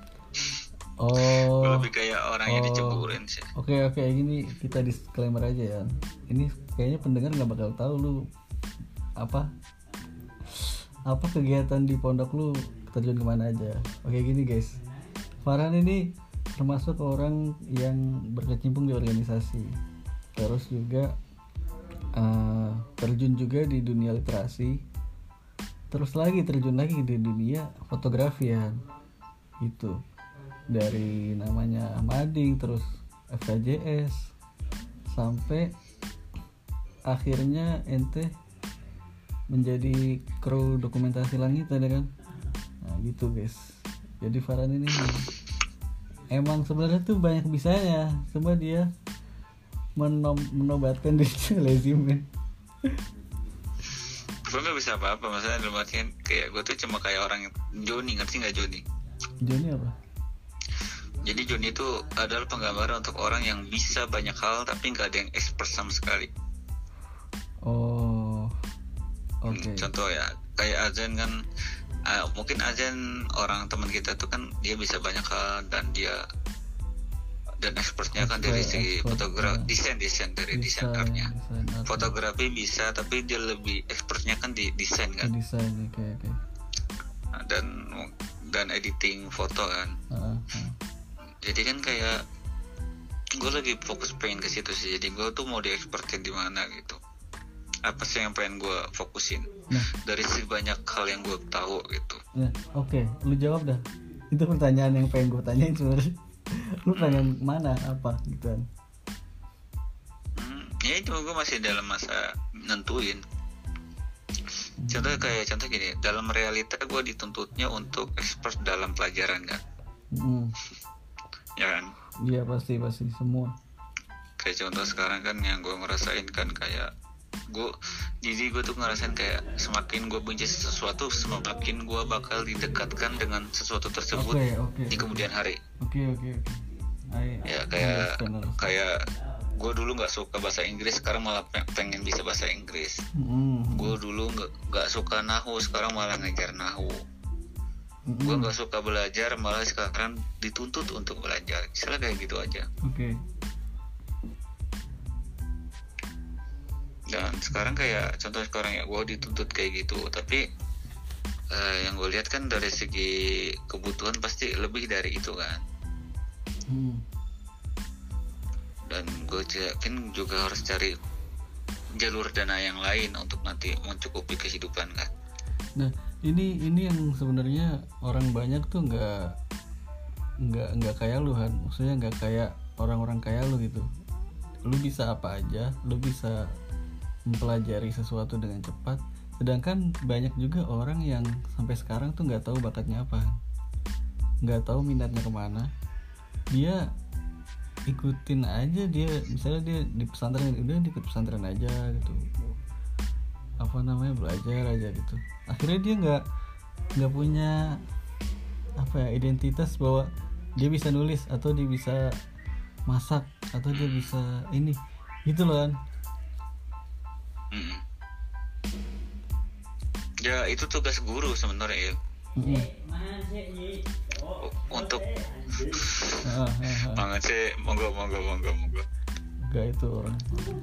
Gue lebih kayak orangnya dicemburin sih. Oke, gini kita disclaimer aja ya. Ini kayaknya pendengar nggak bakal tahu lu apa kegiatan di pondok lu terjun kemana aja. Oke, gini guys, Farhan ini termasuk orang yang berkecimpung di organisasi, terus juga terjun juga di dunia literasi, terus terjun lagi di dunia fotografi ya, gitu. Dari namanya mading, terus FKJS, sampai akhirnya ente menjadi kru dokumentasi langitan ya kan. Nah gitu guys. Jadi Farhan ini emang sebenarnya tuh banyak bisanya, cuma dia menobatkan dirinya lazy man. Gue gak bisa apa-apa, maksudnya dalam artian kayak gue tuh cuma kayak orang Joni, ngerti gak Joni? Joni apa? Jadi Joni itu adalah penggambaran untuk orang yang bisa banyak hal tapi nggak ada yang expert sama sekali. Oh, oke. Contoh ya, kayak Azen kan, mungkin Azen orang teman kita tuh kan dia bisa banyak hal dan expertnya kan dari segi fotografi, desain dari desainernya. Fotografi bisa, tapi dia lebih expertnya kan di desain kan. Desain, oke. Dan editing foto kan. Jadi kan kayak gue lagi fokus pengen ke situ sih. Jadi gue tuh mau di-expertin di mana gitu. Apa sih yang pengen gue fokusin? Dari sebanyak hal yang gue tahu gitu. Nah, oke. Lu jawab dah. Itu pertanyaan yang pengen gue tanyain sebenarnya. Lu pengen mana apa gitu kan? Ya itu gue masih dalam masa nentuin. Contoh gini, dalam realita gue dituntutnya untuk expert dalam pelajaran kan. Ya kan? Iya pasti semua. Kayak contoh sekarang kan yang gue ngerasain kan kayak gue tuh ngerasain kayak semakin gue benci sesuatu, semakin gue bakal didekatkan dengan sesuatu tersebut di kemudian hari. Oke. Ya kayak gue dulu nggak suka bahasa Inggris, sekarang malah pengen bisa bahasa Inggris. Gue dulu nggak suka nahu, sekarang malah ngajar nahu. Gue nggak suka belajar, malah sekarang dituntut untuk belajar. Misalnya kayak gitu aja. Oke. Dan sekarang kayak contoh sekarang ya gue dituntut kayak gitu, tapi yang gue lihat kan dari segi kebutuhan pasti lebih dari itu kan. Dan gue yakin juga harus cari jalur dana yang lain untuk nanti mencukupi kehidupan kan. Nah ini yang sebenarnya orang banyak tuh nggak kayak lu kan, maksudnya nggak kayak orang-orang kayak lu gitu. Lu bisa apa aja, lu bisa mempelajari sesuatu dengan cepat, sedangkan banyak juga orang yang sampai sekarang tuh nggak tahu bakatnya apa, nggak tahu minatnya kemana. Dia ikutin aja, dia misalnya dia di pesantren, udah ikut pesantren aja gitu, belajar aja gitu. Akhirnya dia nggak punya identitas bahwa dia bisa nulis atau dia bisa masak atau dia bisa ini gitu loh kan. Ya itu tugas guru sebenarnya ya. Untuk banget sih, monggo. Enggak itu orang.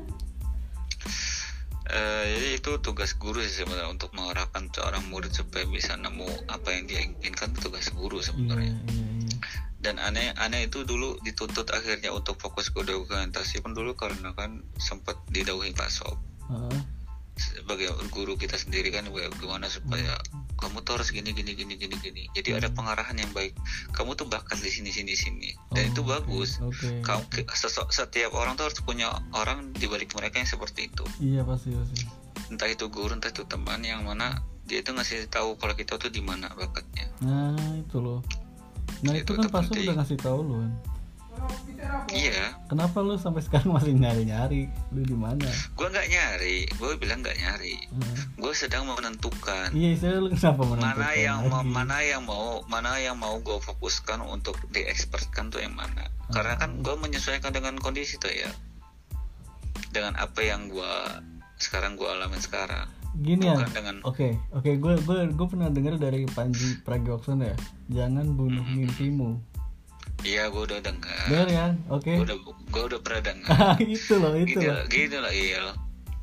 Jadi itu tugas guru sih sebenarnya, untuk mengarahkan seorang murid supaya bisa nemu apa yang dia inginkan. Tugas guru sebenarnya. Dan aneh itu dulu dituntut akhirnya untuk fokus ke dokumentasi pun dulu, karena kan sempat didhawuhi Pak Sob sebagai guru kita sendiri kan, bagaimana supaya kamu tuh harus gini. Jadi ada pengarahan yang baik. Kamu tuh bakat di sini. Dan itu bagus. Kamu setiap orang tuh harus punya orang di balik mereka yang seperti itu. Iya pasti. Entah itu guru, entah itu teman, yang mana dia itu ngasih tahu kalau kita tuh di mana bakatnya. Nah itu loh. Nah itu kan pas udah ngasih tahu lu kan. Iya. Kenapa lu sampai sekarang masih nyari lu di mana? Gue nggak nyari, gue bilang nggak nyari. Gue sedang menentukan. Iya, saya lu kenapa menentukan? Mana yang mau gue fokuskan untuk diekspertkan tuh yang mana? Karena kan gue menyesuaikan dengan kondisi tuh ya, dengan apa yang gue alamin sekarang. Gini ya. Oke, gue pernah dengar dari Panji Pragiwaksono ya. Jangan bunuh mimpimu. Iya, gue udah dengar. Dengar ya, oke. Gue udah pernah dengar. Itu loh. Gitu loh, iya loh.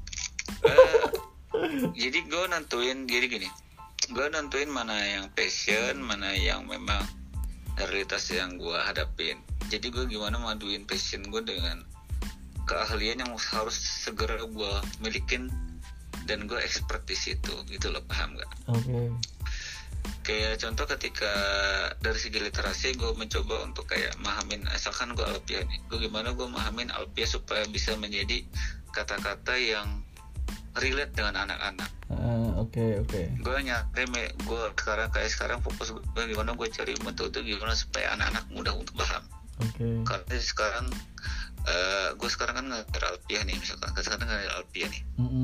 Jadi gue nentuin mana yang passion, mana yang memang realitas yang gue hadapin. Jadi gue gimana maduin passion gue dengan keahlian yang harus segera gue milikin dan gue expert di situ, gitu loh, paham gak? Oke. Kayak contoh ketika dari segi literasi gue mencoba untuk kayak mahamin, asalkan gue alfiah nih, gue gimana gue mahamin alfiah supaya bisa menjadi kata-kata yang relate dengan anak-anak. Oke. Gue sekarang fokus gue gimana gue cari metode gimana supaya anak-anak mudah untuk paham. Karena sekarang gue sekarang kan ngajar alfiah nih, misalkan sekarang ngajar alfiah nih.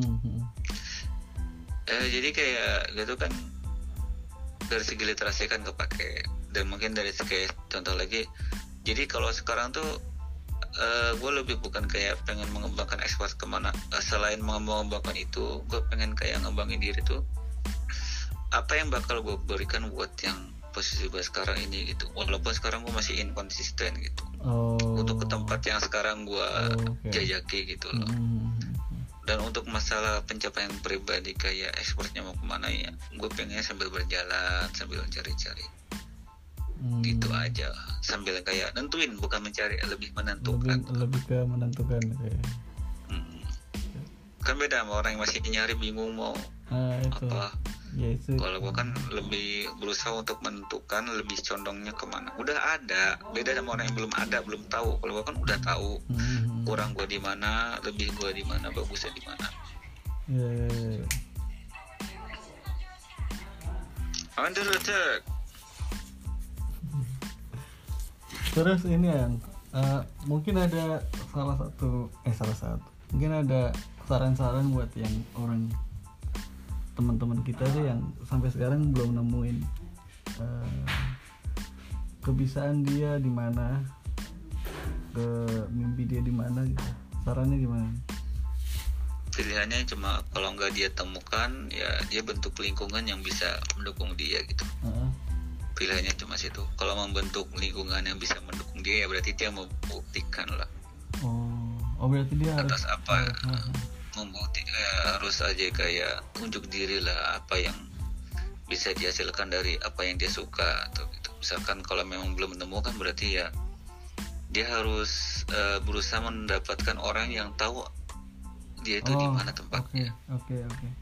Jadi kayak gitu kan, dari segi literasi kan kepake, dan mungkin dari segi contoh lagi Jadi kalau sekarang tuh gue lebih bukan kayak pengen mengembangkan ekspor kemana, selain mengembangkan itu gue pengen kayak ngembangin diri tuh apa yang bakal gue berikan buat yang posisi gue sekarang ini gitu, walaupun sekarang gue masih inkonsisten gitu untuk ke tempat yang sekarang gue jajaki gitu loh. Dan untuk masalah pencapaian pribadi kayak ekspornya mau kemana ya, gue pengen sambil berjalan sambil cari-cari gitu aja, sambil kayak nentuin, bukan mencari, lebih menentukan. Lebih ke menentukan kayak. Kan beda sama orang yang masih nyari bingung mau itu. apa. Ya, itu. Kalau gue kan lebih berusaha untuk menentukan lebih condongnya kemana. Udah ada, beda sama orang yang belum ada, belum tahu. Kalau gue kan udah tahu kurang gue di mana, lebih gue di mana, bagusnya di mana. Ya. Under attack. Terus ini yang mungkin ada salah satu mungkin ada saran-saran buat yang orang teman-teman kita tuh yang sampai sekarang belum nemuin kebiasaan dia di mana, ke mimpi dia di mana gitu. Sarannya gimana? Pilihannya cuma kalau nggak dia temukan ya dia bentuk lingkungan yang bisa mendukung dia gitu. Pilihannya cuma situ. Kalau membentuk lingkungan yang bisa mendukung dia ya berarti dia membuktikan lah. Oh berarti dia atas apa membuktikan, harus aja kayak unjuk diri lah apa yang bisa dihasilkan dari apa yang dia suka atau gitu. Misalkan kalau memang belum menemukan berarti ya dia harus berusaha mendapatkan orang yang tahu dia itu di mana tempatnya. Oke.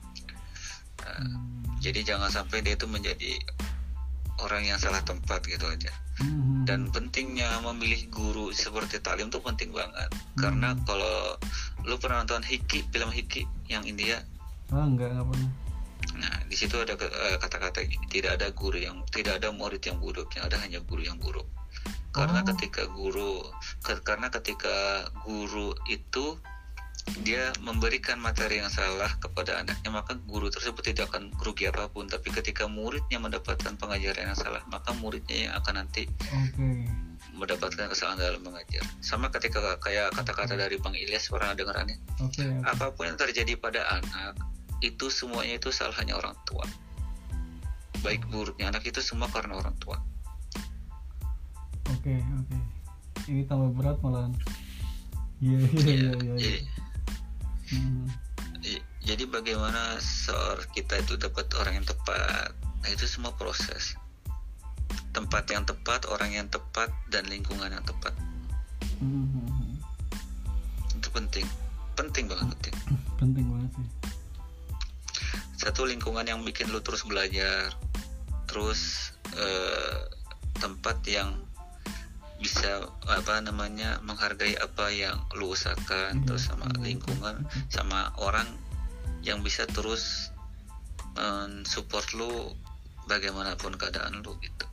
Jadi jangan sampai dia itu menjadi orang yang salah tempat gitu aja. Dan pentingnya memilih guru seperti Talim tuh penting banget. Karena kalau lu pernah nonton film Hiki yang India? Enggak pernah. Nah, di situ ada kata-kata tidak ada murid yang buruk, yang ada hanya guru yang buruk. Karena ketika guru itu dia memberikan materi yang salah kepada anaknya, maka guru tersebut tidak akan rugi apapun. Tapi ketika muridnya mendapatkan pengajaran yang salah, maka muridnya yang akan nanti mendapatkan kesalahan dalam mengajar. Sama ketika kayak kata-kata dari Bang Ilyas, pernah dengarannya? Apapun yang terjadi pada anak itu semuanya itu salahnya orang tua. Baik buruknya anak itu semua karena orang tua. Oke. Ini tambah berat malahan. Iya. Jadi bagaimana kita itu dapat orang yang tepat? Nah itu semua proses. Tempat yang tepat, orang yang tepat, dan lingkungan yang tepat. Itu penting banget. Penting banget sih. Satu, lingkungan yang bikin lu terus belajar, terus tempat yang bisa menghargai apa yang lu usahakan, terus sama lingkungan, sama orang yang bisa terus support lu bagaimanapun keadaan lu gitu.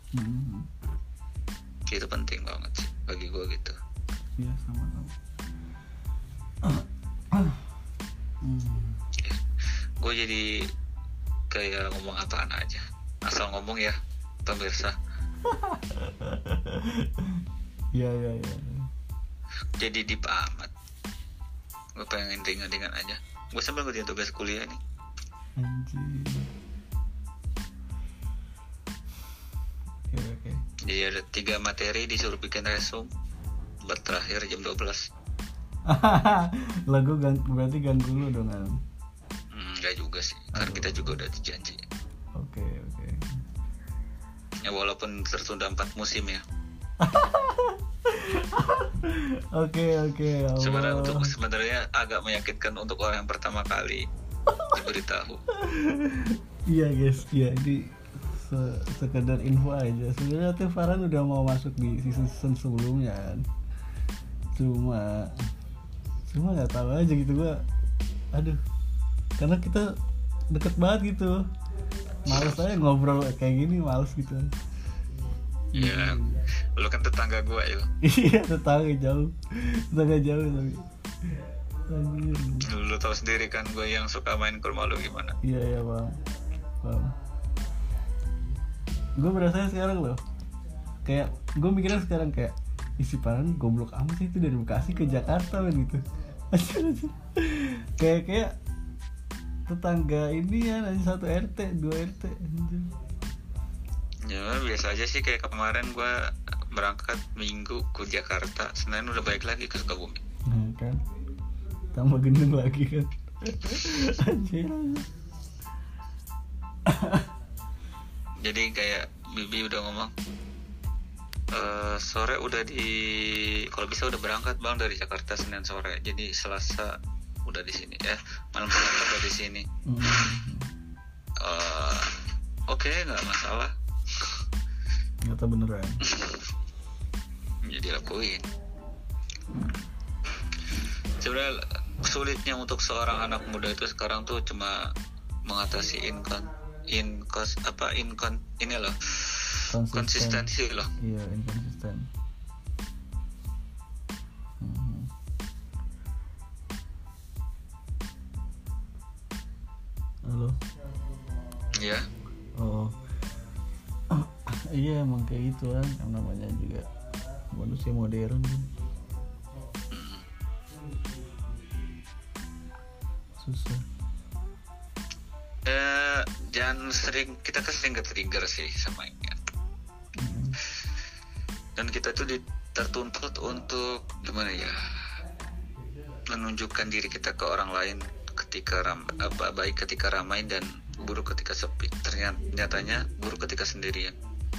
Itu penting banget sih bagi gue gitu. Iya, sama-sama. Gue jadi kayak ngomong apaan aja, asal ngomong ya pemirsa. Iya. Jadi deep amat. Gue pengen ringan-ringan aja. Gue sambil ngerjain tugas kuliah nih. Anjir. Oke. Jadi ada 3 materi disuruh bikin resume. Terakhir jam 12. Lagu berarti ganggu lu dong kan? Enggak juga sih. Karena kita juga udah janji. Oke. Ya walaupun tertunda 4 musim ya. Oke. Sebenarnya agak menyakitkan untuk orang yang pertama kali diberitahu. Iya guys, ini sekedar info aja. Sebenarnya tuh Farhan udah mau masuk di season sebelumnya kan. Cuma nggak tahu aja gitu gua. Aduh, karena kita deket banget gitu. Males aja ngobrol kayak gini, males gitu. Iya, lu kan tetangga gua ya. Iya, tetangga jauh tapi. Lu tahu sendiri kan gua yang suka main ke rumah lu gimana. Iya bang. Gue berasa sekarang loh, kayak gue mikirnya sekarang kayak isi parah goblok amat sih itu dari Bekasi ke Jakarta kan gitu. kayak tetangga ini ya aja 1 RT 2 RT anjir. Ya biasa aja sih, kayak kemarin gue berangkat Minggu ke Jakarta, Senin udah balik lagi ke Sukabumi. Nah kan tambah gendeng lagi kan. Anjir. Jadi kayak Bibi udah ngomong sore udah kalau bisa udah berangkat bang dari Jakarta Senin sore, jadi Selasa udah di sini ya, malam Selasa udah di sini. Oke, nggak masalah. Ternyata beneran. Jadi lakuin. Sebenarnya sulitnya untuk seorang anak muda itu sekarang tuh cuma mengatasi ini loh, konsistensi loh. Iya, inkonsisten. Halo. Iya. Oh. Iya emang kayak gitu kan, namanya juga manusia modern kan. Susah. Jangan kita sering ke-trigger sih sama ini. Dan kita tuh tertuntut untuk gimana ya, menunjukkan diri kita ke orang lain ketika baik ketika ramai dan buruk ketika sepi. Nyatanya buruk ketika sendirian.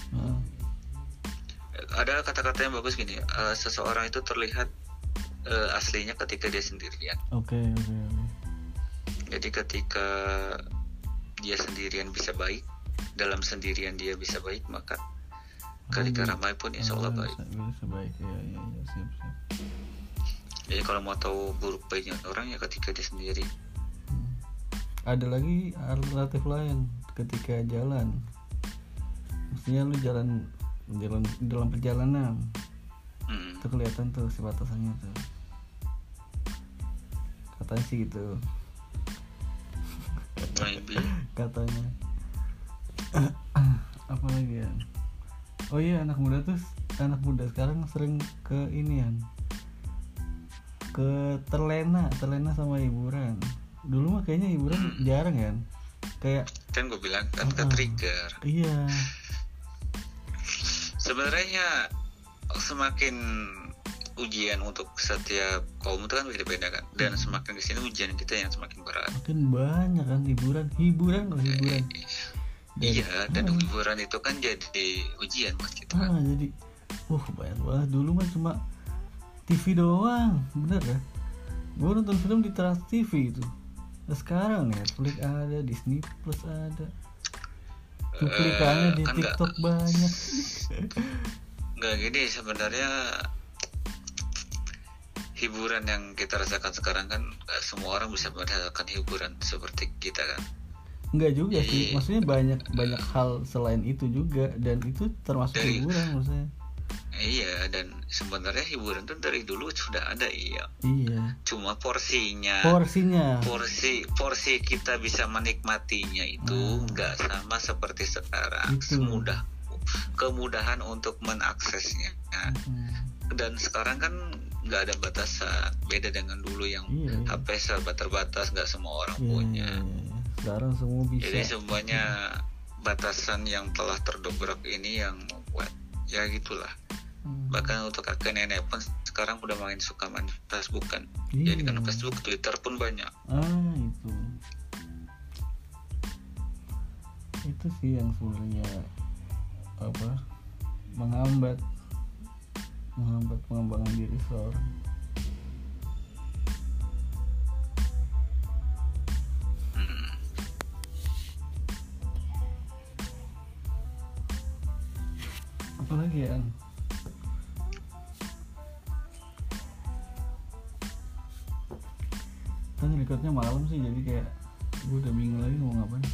Ada kata-kata yang bagus gini, seseorang itu terlihat aslinya ketika dia sendirian. Oke. Jadi ketika dia sendirian bisa baik, dalam sendirian dia bisa baik, maka ketika ramai pun insya Allah baik. Bisa baik, ya siap. Jadi kalau mau tahu buruk baiknya orang ya ketika dia sendiri. Ada lagi alternatif lain ketika jalan. Mestinya lu jalan dalam perjalanan. Itu kelihatan tuh si batasannya tuh. Katanya sih gitu. Maybe. Katanya. Apa lagi ya? Oh iya, anak muda sekarang sering ke inian, ke terlena sama hiburan. Dulu mah kayaknya hiburan jarang kan, kayak kan gue bilang kan ke-trigger. Iya. Sebenarnya semakin ujian untuk setiap kaum itu kan beda-beda kan, dan semakin kesini ujian kita yang semakin berat. Makin banyak kan hiburan. Iya, dan hiburan itu kan jadi ujian buat kita. Jadi banyak banget. Dulu mah cuma TV doang, bener ya. Gue nonton film di Trans TV itu. Nah, sekarang Netflix ada, Disney Plus ada, cuplikannya di kan TikTok banyak. Nggak gini sebenarnya, hiburan yang kita rasakan sekarang kan semua orang bisa merasakan hiburan seperti kita kan. Enggak juga sih, maksudnya banyak hal selain itu juga, dan itu termasuk hiburan maksudnya. Iya, dan sebenarnya hiburan itu dari dulu sudah ada. Iya. Cuma porsinya porsi kita bisa menikmatinya itu nggak sama seperti sekarang. Kemudahan untuk mengaksesnya. Dan sekarang kan nggak ada batasan, beda dengan dulu yang HP serba terbatas, nggak semua orang punya. Sekarang semua bisa. Jadi semuanya batasan yang telah terdobrak ini yang membuat ya gitulah. Bahkan untuk kakek nenek pun sekarang udah suka main Facebook kan. Jadi kan Facebook, Twitter pun banyak. Itu sih yang sebenarnya menghambat pengembangan diri seorang. Apalagi ya? Kan recordnya malam sih, jadi kayak gue udah bingung lagi mau ngapain.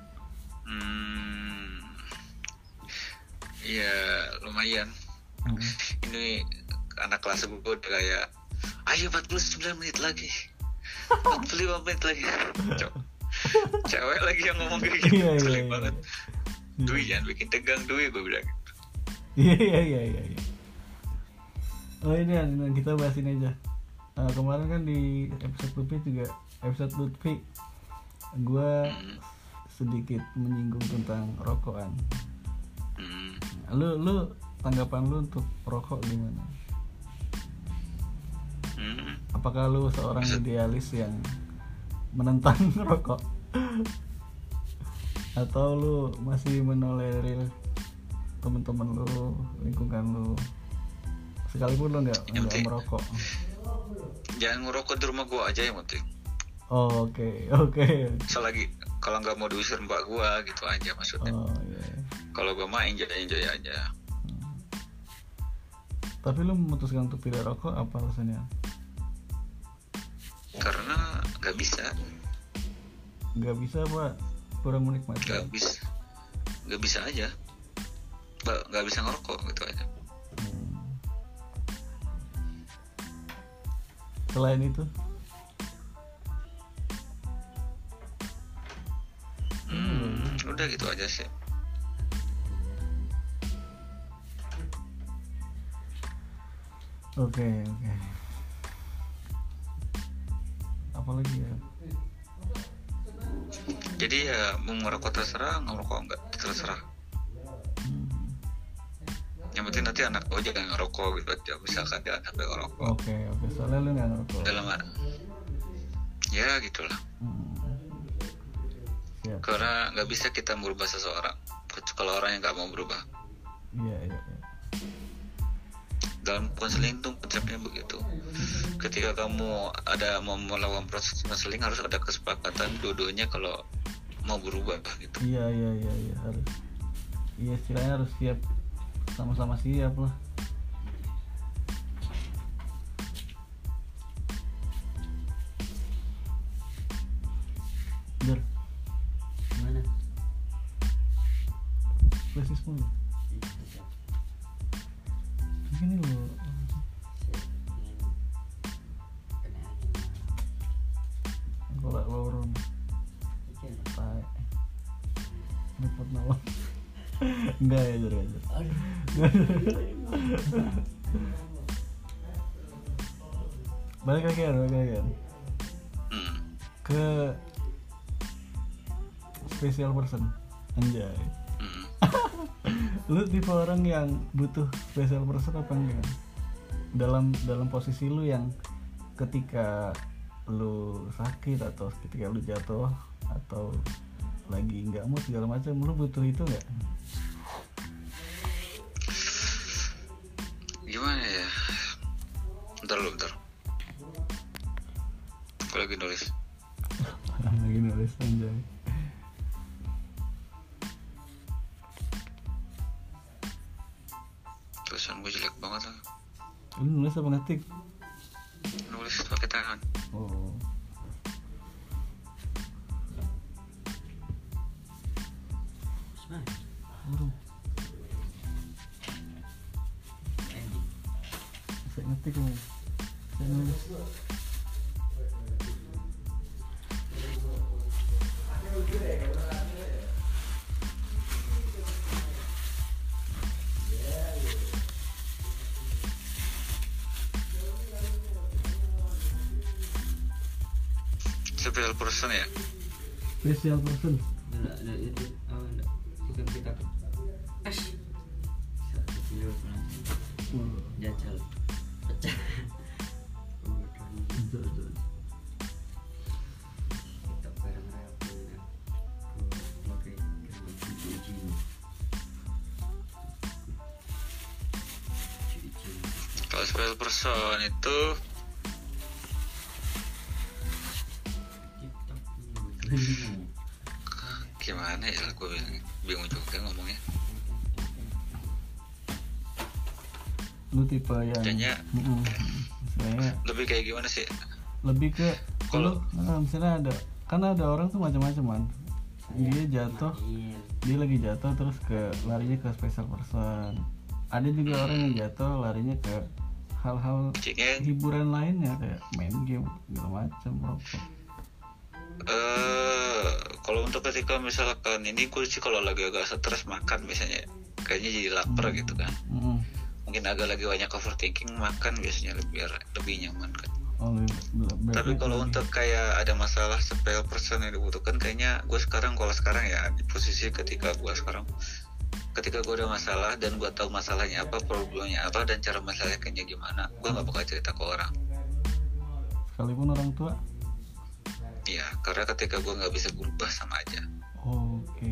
Iya lumayan. Ini anak kelas gue udah kayak, ayo 49 menit lagi, 45 menit lagi. Cewek lagi yang ngomong kayak gitu. Pelik banget. Dwi jangan bikin tegang Dwi, gue bilang. Iya. Oh ini kita bahas ini aja. Kemarin kan di episode Lutfi gue sedikit menyinggung tentang rokokan. Lu tanggapan lu untuk rokok gimana? Apakah lu seorang idealis yang menentang rokok atau lu masih menolerir teman-teman lu, lingkungan lu, sekalipun lu nggak merokok? Jangan ngerokok di rumah gua aja yang penting. Oke. Selagi kalau nggak mau diusir mbak gua gitu aja maksudnya. Yeah. Kalau gua mah enjoy aja. Tapi lu memutuskan untuk tidak rokok apa alasannya? Karena nggak bisa. Nggak bisa Pak, kurang menikmati. Nggak bisa aja. Nggak bisa ngerokok gitu aja. Selain itu? Udah gitu aja sih. Oke. Apalagi ya? Jadi ya mau ngerokok terserah, ngerokok enggak terserah. Yang penting nanti anak gue jangan ngerokok gitu aja. Misalkan dia anak ngerokok. Oke. Soalnya lu nggak ngerokok. Dalam ya gitulah. Siap. Karena nggak bisa kita merubah seseorang kalau orang yang nggak mau berubah. Iya. Dalam konseling itu konsepnya begitu. Ketika kamu ada mau melakukan proses konseling harus ada kesepakatan dua-duanya kalau mau berubah gitu. Iya harus. Iya istilahnya harus siap, sama-sama siap lah. Jar. Mana? Flashdisk mulu. Begini loh. Golak lorong. Tai. Dapat nawar. Enggak ya Jar. Balik lagi kan. Ke special person. Anjay. Lu tipe orang yang butuh special person apa enggak? Dalam posisi lu yang ketika lu sakit atau ketika lu jatuh atau lagi nggak mood segala macam, lu butuh itu nggak? Gimana ya? Bentar. Aku lagi nulis. Anjay. Tulisan gue jelek banget lah. Lu nulis apa ngetik? Nulis pakai tangan. Oh. Burung. Saya ngetik nih. Saya nulis. Special person ya? Special person. Ada itu enggak. Kita satu video jajal pecah. Kita bareng rapi. Oke, uji. Kalau special person itu gimana ya, gue bingung juga ngomongnya. Lu tipe yang Jadinya misalnya lebih kayak gimana sih? lebih ke Kalau misalnya ada orang tuh macam-macam kan. Dia jatuh, dia lagi jatuh terus larinya ke special person. Ada juga orang yang jatuh larinya ke hal-hal hiburan lainnya kayak main game segala macam, rokok. Kalau untuk ketika misalkan ini gue sih kalau lagi agak stres makan misalnya kayaknya jadi lapar gitu kan, mungkin agak lagi banyak overthinking, makan biasanya lebih nyaman kan. Oh, Tapi kalau untuk kayak ada masalah spare person yang dibutuhkan, kayaknya gue sekarang ya di posisi ketika gue udah masalah dan gue tahu masalahnya apa, problemnya apa, dan cara menyelesaikannya gimana, gue nggak bakal cerita ke orang. sekalipun orang tua. Iya, karena ketika gue nggak bisa berubah sama aja. Oke.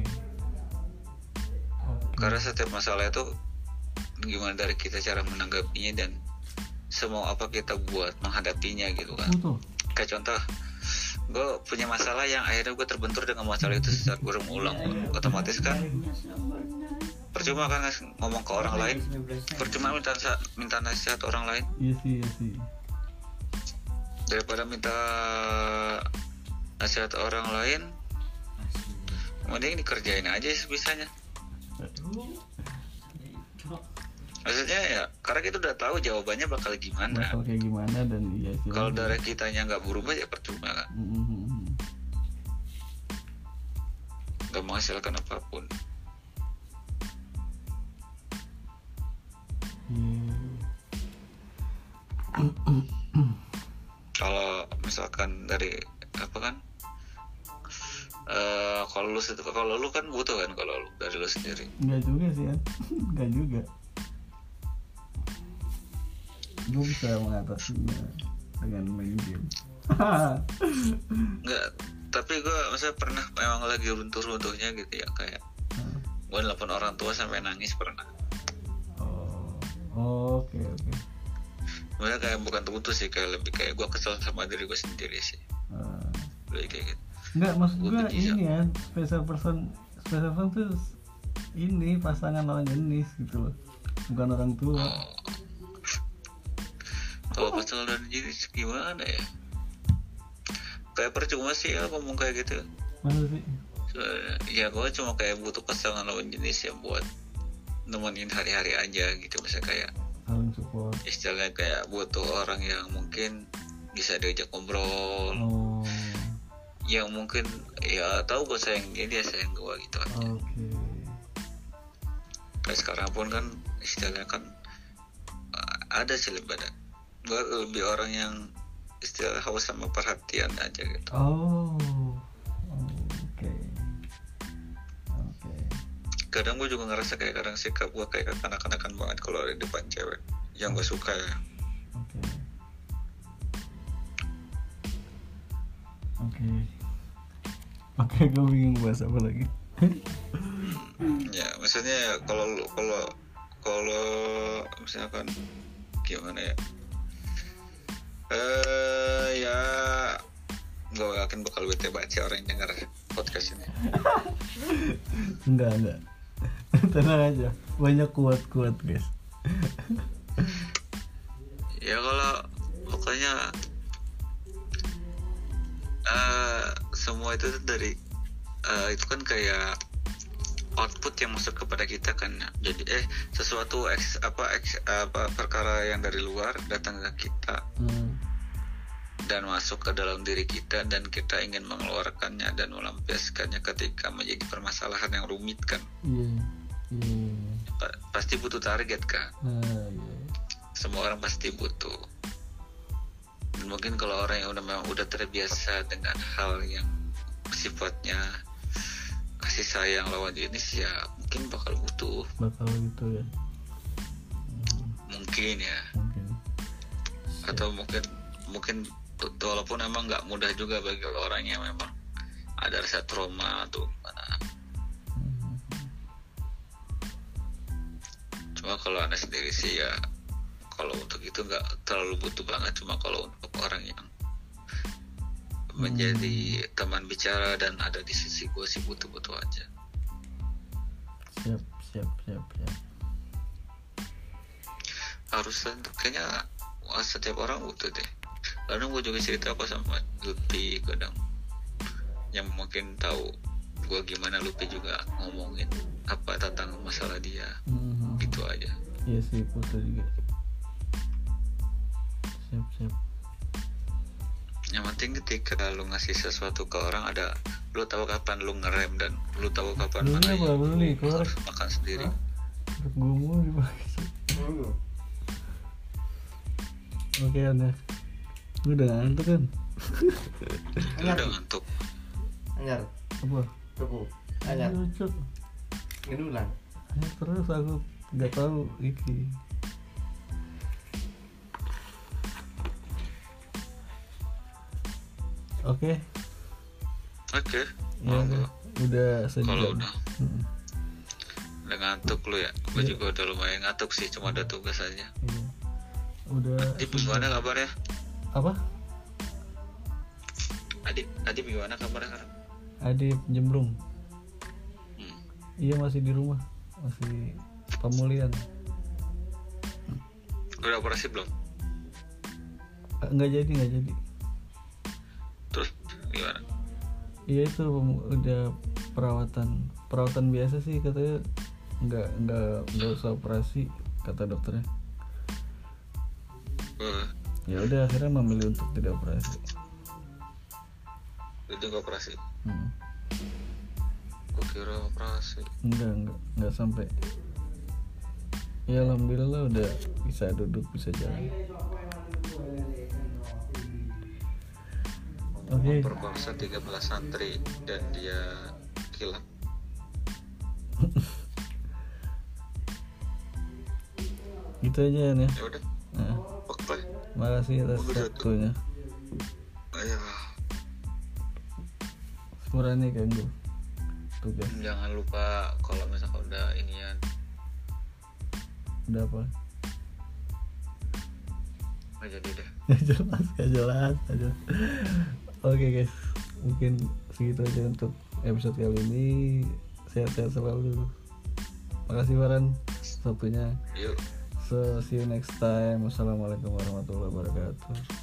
Karena setiap masalah itu gimana dari kita cara menanggapinya dan semua apa kita buat menghadapinya gitu kan. Betul. Kayak contoh, gue punya masalah yang akhirnya gue terbentur dengan masalah itu secara berulang, otomatis kan percuma kan ngomong ke orang lain, percuma minta nasihat orang lain. Iya sih. Daripada minta nasihat orang lain, mending dikerjain aja sebisanya. Maksudnya ya, karena kita udah tahu jawabannya bakal gimana. Bakal kayak gimana dan iya sih. Kalau dari kitanya nggak berubah ya percuma kan. Nggak menghasilkan apapun. Kalau misalkan dari apa kan? Kalau lu kan butuh kan, kalau lu dari lu sendiri. Enggak juga sih kan. Enggak juga. Gue bisa mengatasinya dengan main game. Enggak, tapi gue maksudnya pernah emang lagi runtuh-runtuhnya gitu ya, kayak gue nelfon orang tua sampai nangis pernah. Oke. Sebenarnya kayak bukan putus sih, kayak lebih kayak gue kesel sama diri gue sendiri sih. Lebih kayak gitu. Enggak, maksud gue ini ya, special person tuh ini pasangan lawan jenis gitu loh, bukan orang tua. Kalau pasangan lawan jenis gimana ya? Kayak percuma sih ya ngomong kayak gitu. Masa sih? Ya gue cuma kayak butuh pasangan lawan jenis yang buat nemenin hari-hari aja gitu, misalnya kayak saling support. Istilahnya kayak butuh orang yang mungkin bisa diajak ngobrol. Yang mungkin ya tahu gue sayang dia sayang gue gitu aja. Kayak sekarang pun kan istilahnya kan ada sih gue lebih orang yang istilah haus sama perhatian aja gitu. Kadang gue juga ngerasa kayak kadang sikap gue kayak kanak-kanakan banget kalau ada di depan cewek yang gue suka ya. Oke, gue bingung bahas apa lagi. Ya maksudnya kalau misalkan gimana ya, ya gue yakin bakal bete baca orang yang denger podcast ini. Enggak. Tenang aja, banyak kuat guys. Ya kalau pokoknya semua itu dari itu kan kayak output yang masuk kepada kita kan. Jadi sesuatu perkara yang dari luar datang ke kita dan masuk ke dalam diri kita, dan kita ingin mengeluarkannya dan melampiaskannya ketika menjadi permasalahan yang rumit kan. Pasti butuh target kan. Semua orang pasti butuh. Dan mungkin kalau orang yang memang udah terbiasa dengan hal yang sifatnya kasih sayang lawan jenis, ya mungkin bakal butuh. Gitu ya. Mungkin ya. Atau mungkin walaupun emang nggak mudah juga bagi orang yang memang ada rasa trauma atau gimana. Cuma kalau Anda sendiri sih ya, kalau untuk itu nggak terlalu butuh banget. Cuma kalau untuk orang yang menjadi teman bicara dan ada di sisi gue sih butuh aja. Siap. Harusnya kayaknya setiap orang butuh deh. Kadang gue juga cerita apa sama Lupi kadang, yang mungkin tahu gue gimana. Lupi juga ngomongin apa tentang masalah dia. Gitu aja. Iya sih, butuh juga. Siap. Yang penting ketika lu ngasih sesuatu ke orang, lu tahu kapan lu ngerem dan lu tahu kapan mana yang lu harus makan sendiri. Gue mau dipakai. Oke Anda. Lu udah ngantuk kan? Lu udah ngantuk. Anyar Apa? tepu anyar Lucu. ngedulan Ya, terus aku nggak tahu iki. Oke, Oke. ya udah Kalau sejam. udah udah ngantuk lu ya. Gue Iya. juga udah lumayan ngantuk sih, cuma ada tugas aja. Iya. Udah. Adip gimana kabarnya? Apa? Adip gimana kabarnya sekarang? Adip Jembrung. Hmm. Iya masih di rumah, masih pemulihan. Udah operasi belum? Nggak jadi. Terus gimana? Iya itu udah perawatan biasa sih katanya, nggak usah operasi kata dokternya. Ya udah akhirnya memilih untuk tidak operasi. Itu nggak operasi? Hmm. Gue kira operasi. Enggak sampai. Ya alhamdulillah udah bisa duduk, bisa jalan. Oke. Memperkosa 13 santri dan dia kilap. Gitu aja ya. Ya udah, Nah, oke. makasih atas waktunya. Ayo, Murani ganggu tugas. jangan lupa kalau misalkan udah inian, Udah apa? nggak jadi deh. Gak jelas. Oke guys, mungkin segitu aja untuk episode kali ini. Sehat-sehat selalu. Makasih Farhan waktunya. Yuk. So see you next time. Wassalamualaikum warahmatullahi wabarakatuh.